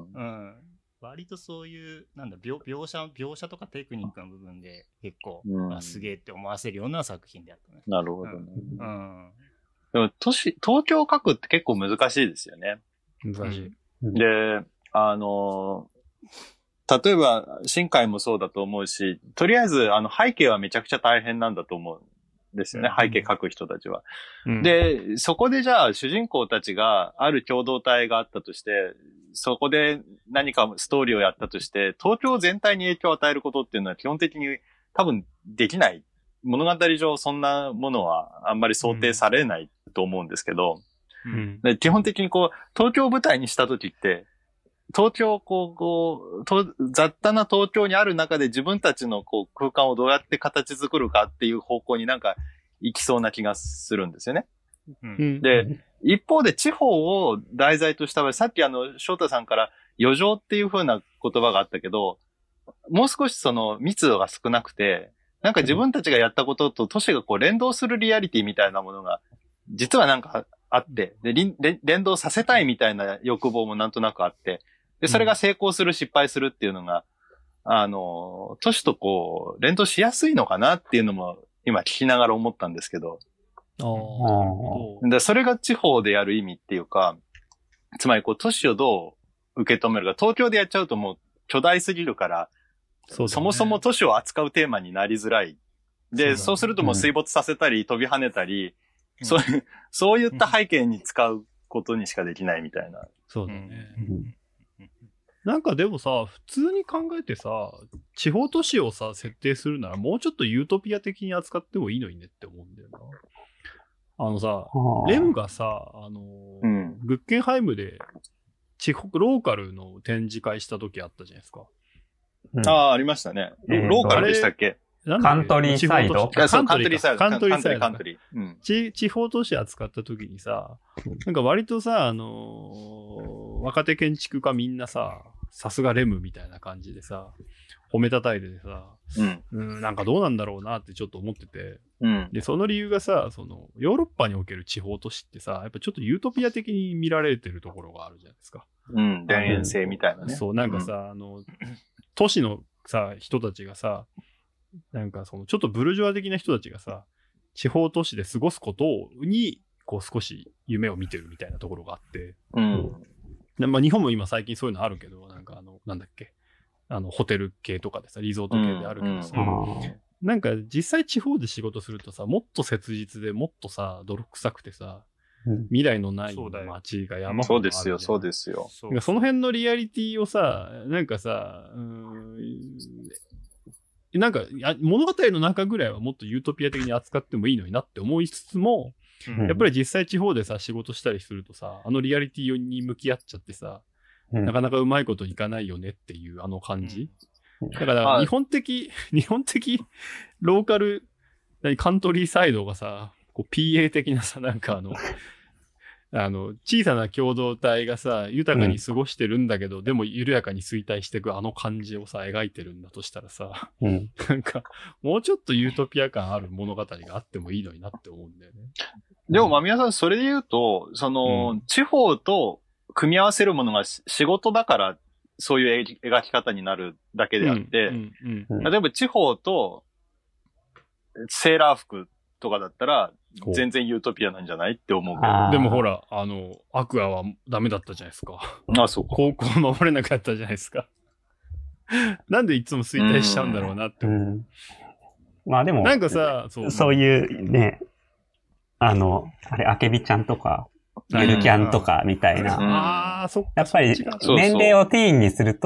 うん割とそういう、なんだ、描、描写、描写とかテクニックの部分で結構、 うんまあ、すげえって思わせるような作品であったね。 なるほどね。 うん。 でも、都市、東京を描くって結構難しいですよね。 難しい。 で、あの、例えば、新海もそうだと思うし、とりあえず、あの、背景はめちゃくちゃ大変なんだと思うんですよね。背景描く人たちは。うん、で、そこでじゃあ、主人公たちが、ある共同体があったとして、そこで何かストーリーをやったとして、東京全体に影響を与えることっていうのは基本的に多分できない。物語上そんなものはあんまり想定されないと思うんですけど、うん、で基本的にこう、東京を舞台にした時って、東京をこう、こう、雑多な東京にある中で自分たちのこう空間をどうやって形作るかっていう方向になんか行きそうな気がするんですよね。うん、で、一方で地方を題材とした場合、さっきあの、翔太さんから余剰っていう風な言葉があったけど、もう少しその密度が少なくて、なんか自分たちがやったことと都市がこう連動するリアリティみたいなものが、実はなんかあって、で、連動させたいみたいな欲望もなんとなくあって、で、それが成功する、失敗するっていうのが、あの、都市とこう、連動しやすいのかなっていうのも、今聞きながら思ったんですけど、 あでそれが地方でやる意味っていうか、つまりこう都市をどう受け止めるか、東京でやっちゃうともう巨大すぎるから、そ, ね、そもそも都市を扱うテーマになりづらい。で、そう,、ね、そうするともう水没させたり、うん、飛び跳ねたり、うん、そういう、そういった背景に使うことにしかできないみたいな。 そうだね。うんなんかでもさ、普通に考えてさ、地方都市をさ、設定するならもうちょっとユートピア的に扱ってもいいのにねって思うんだよな。あのさ、レムがさ、あのーうん、グッケンハイムで地方、ローカルの展示会した時あったじゃないですか。 うん、ああ、ありましたね。えー、ローカルでしたっけ？ カントリーサイドカントリーサイド。 カントリーサイド。 カントリー。うん、 地, 地方都市扱った時にさ、なんか割とさ、あのー、若手建築家みんなさ、さすがレムみたいな感じでさ、褒めたたいててさ、うん、うん、なんかどうなんだろうなってちょっと思ってて、うん、で、その理由がさ、その、ヨーロッパにおける地方都市ってさ、やっぱちょっとユートピア的に見られてるところがあるじゃないですか。 うん、田園性みたいなね。 そう、なんかさ、うん、あの、都市のさ、人たちがさ、なんかその、ちょっとブルジョア的な人たちがさ、地方都市で過ごすことに、こう少し夢を見てるみたいなところがあって、 うん。 でまあ、日本も今最近そういうのあるけど、なんかあの、なんだっけ、あの、ホテル系とかでさ、リゾート系であるけどさ、うんうん、なんか実際地方で仕事するとさ、もっと切実でもっとさ、泥臭くてさ、うん、未来のない街が山ほどあるじゃん。 そうですよ、そうですよ。 そ, その辺のリアリティをさ、なんかさ、うーんなんか物語の中ぐらいはもっとユートピア的に扱ってもいいのになって思いつつも、うん、やっぱり実際地方でさ仕事したりするとさ、あのリアリティに向き合っちゃってさ、うん、なかなかうまいこといかないよねっていうあの感じ、うん、だから日本的日本的ローカルカントリーサイドがさ、こう ピーエー 的なさ、なんかあのあの小さな共同体がさ豊かに過ごしてるんだけど、うん、でも緩やかに衰退していくあの感じをさ描いてるんだとしたらさ、うん、なんかもうちょっとユートピア感ある物語があってもいいのになって思うんだよね。 でもまみやさんそれで言うとその、うん、地方と組み合わせるものが仕事だからそういう描き方になるだけであって、うんうんうん、例えば地方とセーラー服とかだったら全然ユートピアなんじゃないって思うけど。 でもほら、あの、アクアはダメだったじゃないですか。 あ、そうか。 高校守れなかったじゃないですか。なんでいつも衰退しちゃうんだろうなって思う。うん、 まあでも、 なんかさ、そう、 そういうね、あの、あれ、アケビちゃんとか、ゆるキャンとかみたいな。 ああ、そっか。 やっぱり年齢をティーンにすると、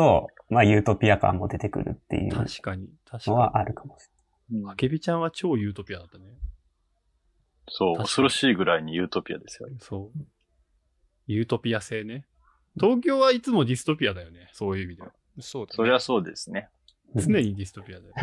まあユートピア感も出てくるっていう確かに、確かに。 のはあるかもしうんあけびちゃんは超ユートピアだったね。 そう、 確かに恐ろしいぐらいにユートピアですよ。 そう。ユートピア性ね。東京はいつもディストピアだよね。そういう意味では。 そうだね。 そりゃそうですね。 れ常にディストピアだよ。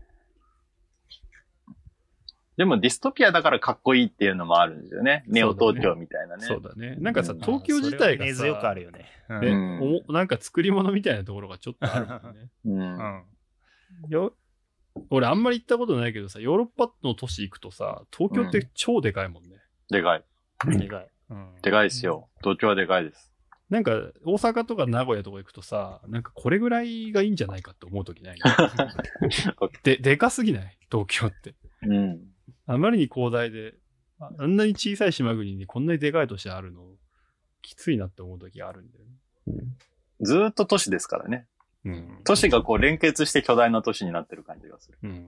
でもディストピアだからかっこいいっていうのもあるんですよね。ネオ東京みたいなね。 そうだね。なんかさ、 うん東京自体がさ、 根強くあるよね。うんねうんおもなんか作り物みたいなところがちょっとあるもんね。 うんうん。 よ俺あんまり行ったことないけどさ、ヨーロッパの都市行くとさ、東京って超でかいもんね。 でかい。 でかい。うん。 でかいですよ。東京はでかいです。 なんか大阪とか名古屋とか行くとさ、なんかこれぐらいがいいんじゃないかって思うときないで、でかすぎない東京って。 うん。 あまりに広大で、ああんなに小さい島国にこんなにでかい都市あるの、きついなって思うときがあるんだよね。 ずーっと都市ですからね。 うん。 都市がこう連結して巨大な都市になってる感じがする。 うん。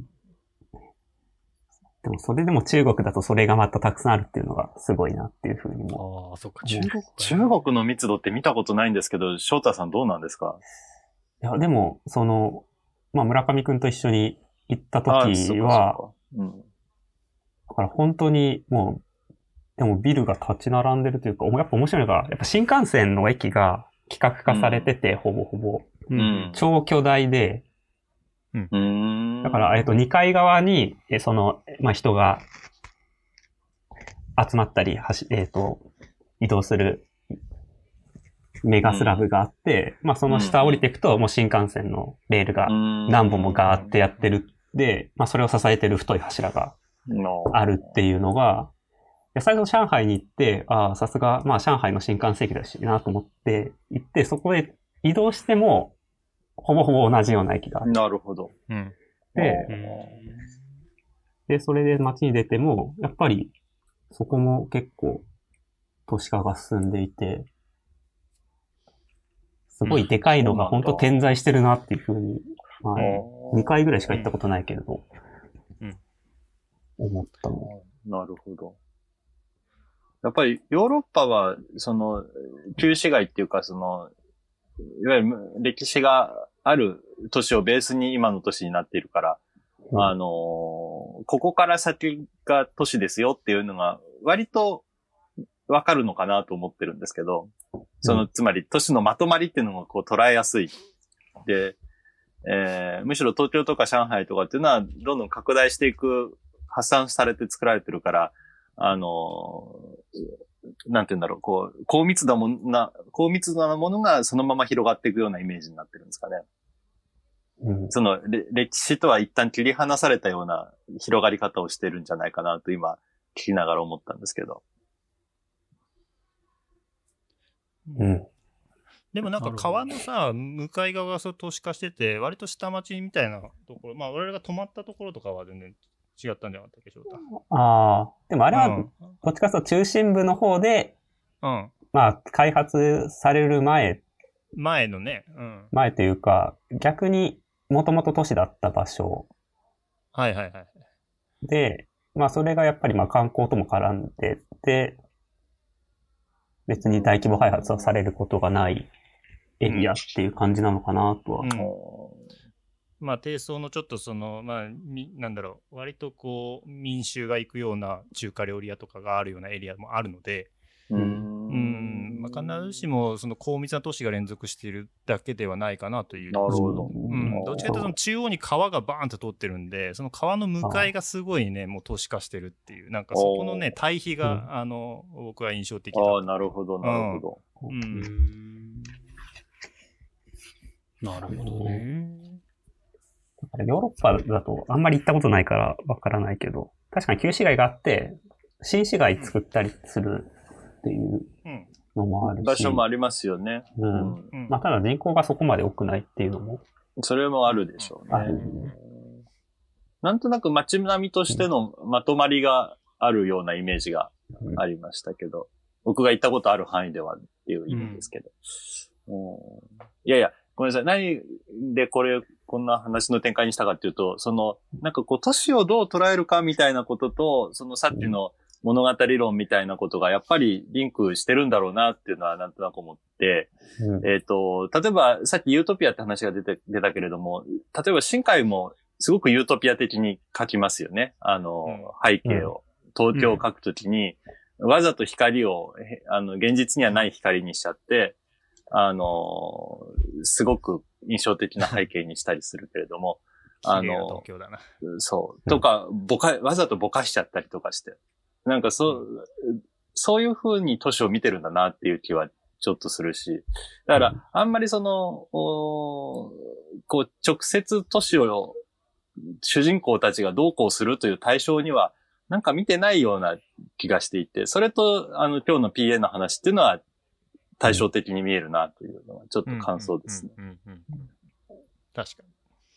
でもそれでも中国だとそれがまたたくさんあるっていうのがすごいなっていうふうにも。 ああ、そっか、中国か。 中国の密度って見たことないんですけど、翔太さんどうなんですか？ いや、でも、その、まあ村上くんと一緒に行ったあーそっか時は、 そっかうんだから本当にもう、でもビルが立ち並んでるというか、やっぱ面白いのが、やっぱ新幹線の駅が規格化されてて、ほぼほぼ。 ううんん。 超巨大で、 うーん。 だから、えっと、にかい側に、えその、まあ、人が集まったり、はし、えっと、移動するメガスラブがあって、まあ、その下降りていくと、もう新幹線のレールが何本もガーってやってる。で、まあ、それを支えてる太い柱がのあるっていうのが、いや最初上海に行って、ああ、さすが、まあ、上海の新幹線駅だしなと思って行って、そこで移動しても、ほぼほぼ同じような駅があっなるほど。 うん。 て、 うんで、それで街に出ても、やっぱり、そこも結構、都市化が進んでいて、すごいでかいのが本当点在してるなっていうふうに、前、にかいぐらいしか行ったことないけれど、 うん思ったの。 なるほど。やっぱりヨーロッパは、その、旧市街っていうか、その、いわゆる歴史がある都市をベースに今の都市になっているから、 うんあのー、ここから先が都市ですよっていうのが割とわかるのかなと思ってるんですけど、その、つまり都市のまとまりっていうのをこう捉えやすい。で、えー、むしろ東京とか上海とかっていうのはどんどん拡大していく、発散されて作られてるから、あのー、なんて言うんだろう、こう、高密度もな、高密度なものがそのまま広がっていくようなイメージになってるんですかね。 うん。 その、れ歴史とは一旦切り離されたような広がり方をしてるんじゃないかなと今、聞きながら思ったんですけど。 うん。 でもなんかなるほど川のさ、向かい側がそう都市化してて、割と下町みたいなところ、まあ我々が泊まったところとかは全然違ったんじゃなかったっけ、翔太。 ああ、でもあれは、 うんどっちかというと中心部の方で、 うん。 まあ、開発される前、 前のね、うん。 前というか、逆にもともと都市だった場所はいはいはい。 で、まあそれがやっぱりまあ観光とも絡んでて、別に大規模開発はされることがないエリアっていう感じなのかなとは。 うんまあ、低層のちょっとその、まあ、みなんだろう、割とこう、民衆が行くような中華料理屋とかがあるようなエリアもあるので、 ううん、まあ、必ずしもその高密な都市が連続しているだけではないかなという。 なるほど。 うん、どっちかというとその中央に川がバーンと通ってるんで、その川の向かいがすごいね、もう都市化してるっていう、なんかそこのね、対比が、 うんあの、僕は印象的だああ、なるほど、なるほど。 う。 うんんなるほどね。 だからヨーロッパだとあんまり行ったことないからわからないけど、確かに旧市街があって、新市街作ったりするっていううん。 のもあるし。 場所もありますよね。 う。 うんん。 うん。 まあただ人口がそこまで多くないっていうのもそれもあるでしょうあるね。なんとなく街並みとしてのまとまりがあるようなイメージがありましたけど、僕が行ったことある範囲ではっていう意味ですけど。うんいやいや、ごめんなさい。何でこれ、こんな話の展開にしたかっていうと、その、なんかこう、都市をどう捉えるかみたいなことと、そのさっきの、 物語論みたいなことがやっぱりリンクしてるんだろうなっていうのはなんとなく思って、うん、えっと、例えばさっきユートピアって話が出て、出たけれども、例えば新海もすごくユートピア的に書きますよね。あの、うん、背景を、東京を書くときに、うん、わざと光を、あの、現実にはない光にしちゃって、あの、すごく印象的な背景にしたりするけれども、 あの、東京だな。 そう。とか、ぼか、わざとぼかしちゃったりとかして。なんかそう、うん、そういう風に都市を見てるんだなっていう気はちょっとするし。だから、あんまりその、こう、直接都市を、主人公たちがどうこうするという対象には、なんか見てないような気がしていて、それと、あの、今日の ピーエー の話っていうのは、対照的に見えるなというのは、ちょっと感想ですね。 確かに。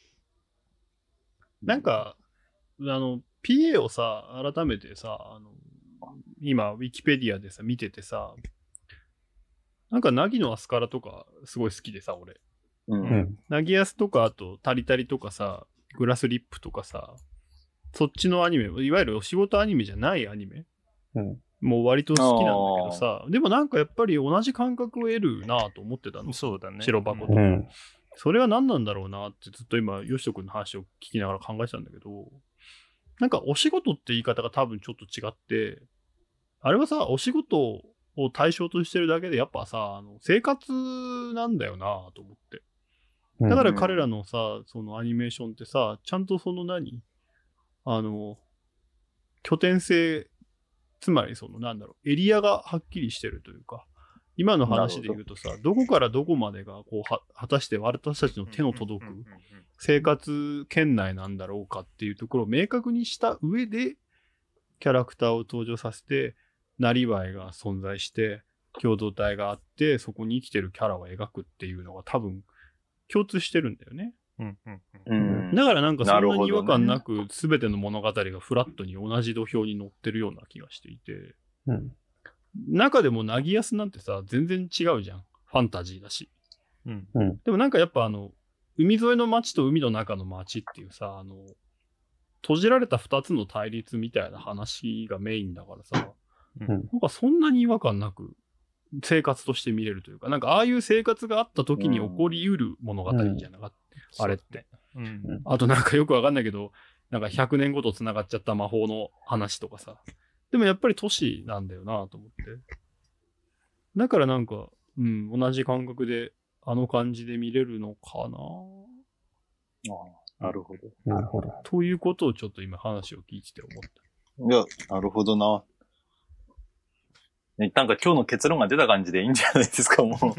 なんか、あの、ピーエー をさ、改めてさ、あの、今、ウィキペディアでさ、見ててさ、なんか、凪のアスカラとか、すごい好きでさ、俺。 うん。 凪アスとか、あと、タリタリとかさ、グラスリップとかさ、そっちのアニメ、いわゆるお仕事アニメじゃないアニメ、うん、もう割と好きなんだけどさ、でもなんかやっぱり同じ感覚を得るなと思ってたの。 そうだね。 白箱とか。うん、それは何なんだろうなってずっと今、ヨシト君の話を聞きながら考えてたんだけど、なんかお仕事って言い方が多分ちょっと違って、あれはさ、お仕事を対象としてるだけでやっぱさ、あの生活なんだよなと思って。だから彼らのさ、そのアニメーションってさ、ちゃんとその何あの、拠点性、つまりそのなんだろう、エリアがはっきりしてるというか、今の話で言うとさ、どこからどこまでがこうは果たして私たちの手の届く生活圏内なんだろうかっていうところを明確にした上で、キャラクターを登場させて、なりわいが存在して、共同体があって、そこに生きてるキャラを描くっていうのが多分共通してるんだよね。 うんうんうん、 だからなんかそんなに違和感なく全ての物語がフラットに同じ土俵に乗ってるような気がしていて、うん、中でも凪安なんてさ全然違うじゃん。ファンタジーだし、うんうん、でもなんかやっぱあの海沿いの街と海の中の街っていうさ、あの閉じられたふたつの対立みたいな話がメインだからさ、うん、なんかそんなに違和感なく生活として見れるというか、なんかああいう生活があった時に起こりうる物語じゃなかった、うん、あれって、うん、あとなんかよくわかんないけど、なんかひゃくねんごと繋がっちゃった魔法の話とかさ、でもやっぱり都市なんだよなと思って、だからなんか、うん、同じ感覚であの感じで見れるのかな。 ああ、なるほど、 なるほど。 ということをちょっと今話を聞いてて思った。 いや、なるほどな。なんか今日の結論が出た感じでいいんじゃないですか、もう。ご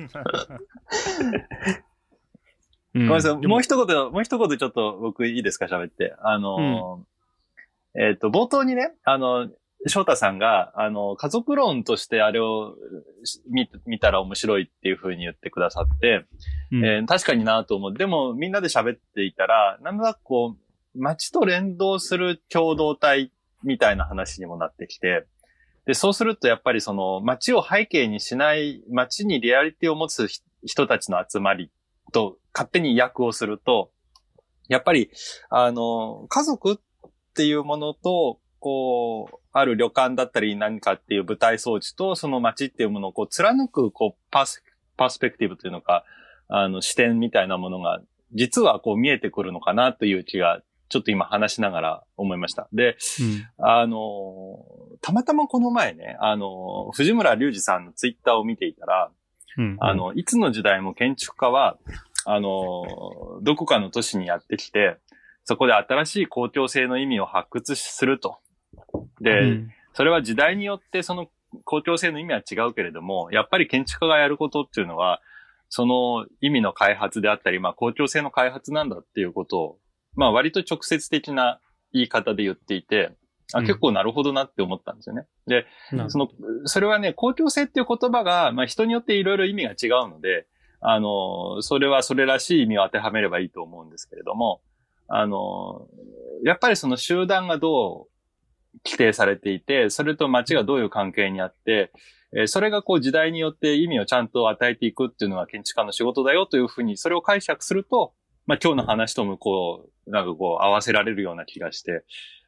めんなさい、もう一言、もう一言ちょっと僕いいですか、喋って。あの、うん、えっと、冒頭にね、あの、翔太さんが、あの、家族論としてあれを見、見たら面白いっていう風に言ってくださって、うんえー、確かになと思う。でもみんなで喋っていたら、なんとなくこう、街と連動する共同体みたいな話にもなってきて、で、そうするとやっぱりその街を背景にしない、街にリアリティを持つ人たちの集まりと勝手に訳をすると、やっぱり、あの、家族っていうものと、こう、ある旅館だったり何かっていう舞台装置とその街っていうものをこう貫く、こう、パース、パースペクティブというのか、あの、視点みたいなものが、実はこう見えてくるのかなという気が、ちょっと今話しながら思いました。で、うん、あの、たまたまこの前ね、あの、藤村隆二さんのツイッターを見ていたら、うんうん、あの、いつの時代も建築家は、あの、どこかの都市にやってきて、そこで新しい公共性の意味を発掘すると。で、うん、それは時代によってその公共性の意味は違うけれども、やっぱり建築家がやることっていうのは、その意味の開発であったり、まあ公共性の開発なんだっていうことを、まあ割と直接的な言い方で言っていて、あ、結構なるほどなって思ったんですよね。で、うん、その、それはね、公共性っていう言葉が、まあ人によっていろいろ意味が違うので、あの、それはそれらしい意味を当てはめればいいと思うんですけれども、あの、やっぱりその集団がどう規定されていて、それと街がどういう関係にあって、それがこう時代によって意味をちゃんと与えていくっていうのが建築家の仕事だよというふうに、それを解釈すると、まあ今日の話ともこう、なんかこう合わせられるような気がして、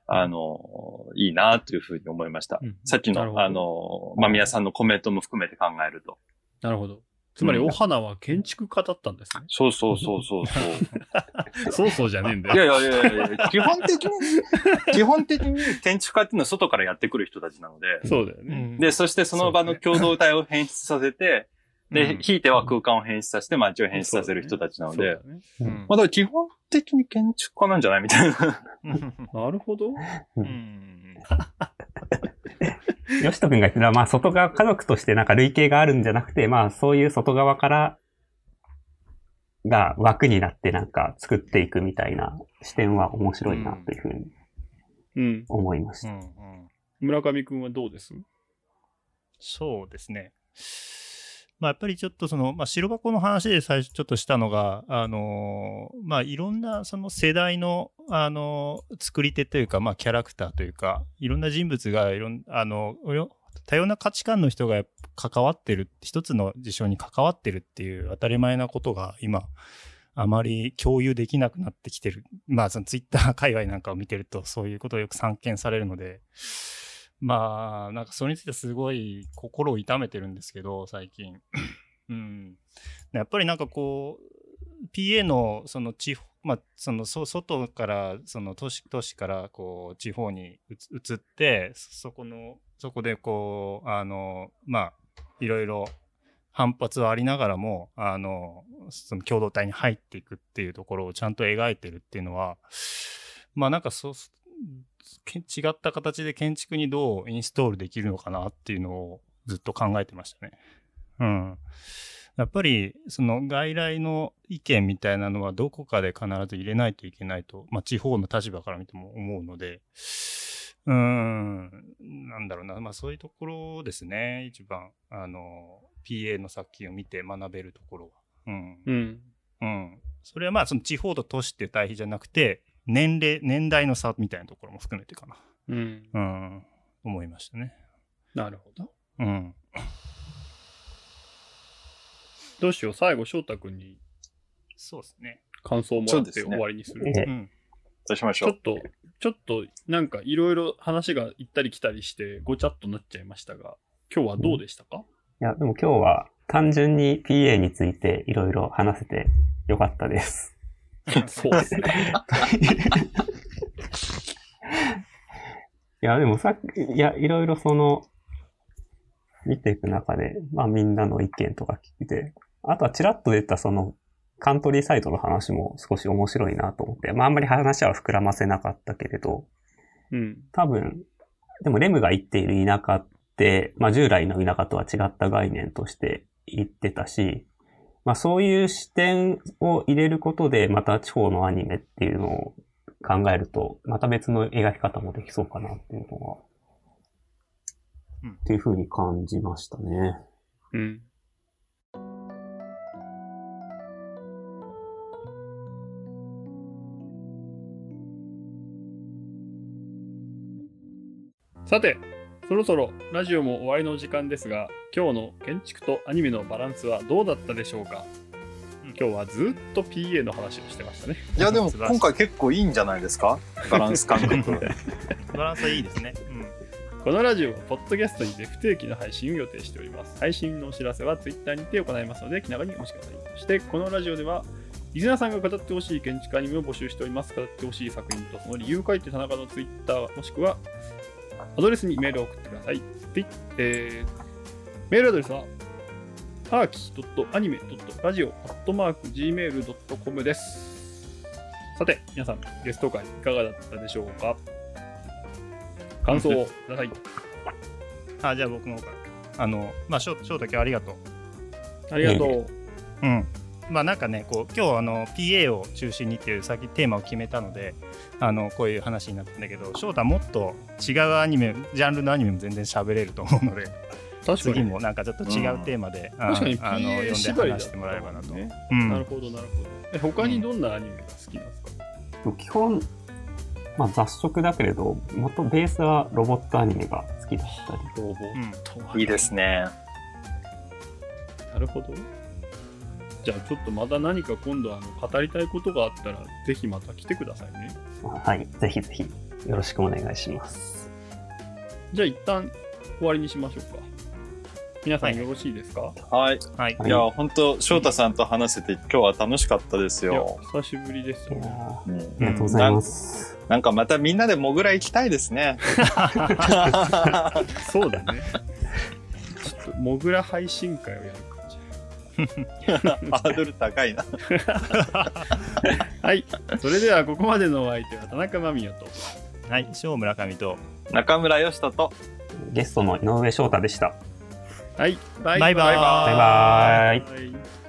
あの、いいなというふうに思いました。 うん、 さっきの、あの、まみやさんのコメントも含めて考えると。 なるほど。つまり、お花は建築家だったんですね。 そうそうそうそうそう。 そうそうじゃねえんだよ。 いやいやいやいや、基本的に、基本的に建築家っていうのは外からやってくる人たちなので。 そうだよね。 で、そしてその場の共同体を変質させて、で、うん、ひいては空間を変質させて街を変質させる人たちなので。ねうん、まあだから基本的に建築家なんじゃないみたいな。 なるほど。 うんよしとくんが言ってたのは、まあ外側、家族としてなんか類型があるんじゃなくて、まあそういう外側からが枠になってなんか作っていくみたいな視点は面白いなというふうに思いました。うんうんうん、 村上くんはどうです？ そうですね。まあ、やっぱりちょっとその、まあ、白箱の話で最初ちょっとしたのが、あのー、まあ、いろんなその世代の、あのー、作り手というか、まあ、キャラクターというか、いろんな人物がいろん、あの、多様な価値観の人が関わってる、一つの事象に関わってるっていう当たり前なことが今、あまり共有できなくなってきてる。まあ、そのツイッター界隈なんかを見てると、そういうことをよく散見されるので、まあ、なんかそれについてすごい心を痛めてるんですけど、最近。うん。やっぱりなんかこう、ピーエー のその地方、まあ、その外から、その都市、都市からこう地方に移って、そこの、そこでこう、あの、まあ、いろいろ反発はありながらも、あの、その共同体に入っていくっていうところをちゃんと描いてるっていうのは、まあなんかそう、違った形で建築にどうインストールできるのかなっていうのをずっと考えてましたね。うん。やっぱりその外来の意見みたいなのはどこかで必ず入れないといけないと、まあ地方の立場から見ても思うので、うーん、なんだろうな、まあそういうところですね。一番あの ピーエー の作品を見て学べるところは。うん。うん。うん。それはまあその地方と都市っていう対比じゃなくて。年齢、年代の差みたいなところも含めてかな。うん。うん。思いましたね。 なるほど。 うん。 どうしよう、最後、翔太くんに。 そうですね。 感想をもらって終わりにする。 うね、うん。どうしましょう。 ちょっと、ちょっと、なんかいろいろ話が行ったり来たりして、ごちゃっとなっちゃいましたが、今日はどうでしたか？ うん、いや、でも今日は単純に ピーエー についていろいろ話せてよかったです。 そうですね。 いや、でもさっき、いや、いろいろその、見ていく中で、まあみんなの意見とか聞いて、あとはちらっと出たその、カントリーサイドの話も少し面白いなと思って、まああんまり話は膨らませなかったけれど、 うん。 多分、でもレムが言っている田舎って、まあ従来の田舎とは違った概念として言ってたし、まあそういう視点を入れることでまた地方のアニメっていうのを考えるとまた別の描き方もできそうかなっていうのは、うん、っていう風に感じましたね。 うん。さて、そろそろラジオも終わりの時間ですが、今日の建築とアニメのバランスはどうだったでしょうか？今日はずっと ピーエー の話をしてましたね。 いやでも今回結構いいんじゃないですか？バランス感覚。 バランスはいいですね。 うん、このラジオはポッドキャストにて不定期の配信を予定しております。配信のお知らせは Twitter にて行いますので気長にお待ちください。そしてこのラジオではリスナーさんが語ってほしい建築アニメを募集しております。語ってほしい作品とその理由を書いて田中の Twitter もしくはアドレスにメールを送ってください。えー、メールアドレスは アーキ アニメ ラジオ アットマーク ジーメール ドットコム です。さて、皆さん、ゲスト会いかがだったでしょうか？感想をください。 あ、じゃあ僕の方から。あの、まあ、翔太今日ありがとう。 ありがとう。 うん。まあなんかね、こう今日あの ピーエー を中心にっていう先テーマを決めたので、あのこういう話になったんだけど、翔太もっと違うアニメ、ジャンルのアニメも全然喋れると思うので、確かに次もなんかちょっと違うテーマで、うん、 確かに ピーエーあの読んで話してもらえればなと。 ねうん、なるほどなるほど。え他にどんなアニメが好きなんですか？ うん、基本、まあ、雑食だけれど、元ベースはロボットアニメが好きだったり。 ロボット、 うん、いいですね。 なるほど。じゃあちょっとまた何か今度あの語りたいことがあったらぜひまた来てくださいね。 はい、ぜひぜひ。 よろしくお願いします。 じゃあ一旦終わりにしましょうか。皆さんよろしいですか？ はい。 はい。 いや、本当翔太さんと話せて今日は楽しかったですいや、 よ。 久しぶりですよ。 いやーうんありがとうございます。 なんかまたみんなでモグラ行きたいですね。 そうだね。ちょっと、モグラ配信会をやるかじハードル高いな。 ゃあ。はい。それではここまでのお相手は田中真美代と。 はい。小村上と、 中村義人と、 ゲストの井上翔太でした。 はい。バイバイバイバイバーイ。 バイ。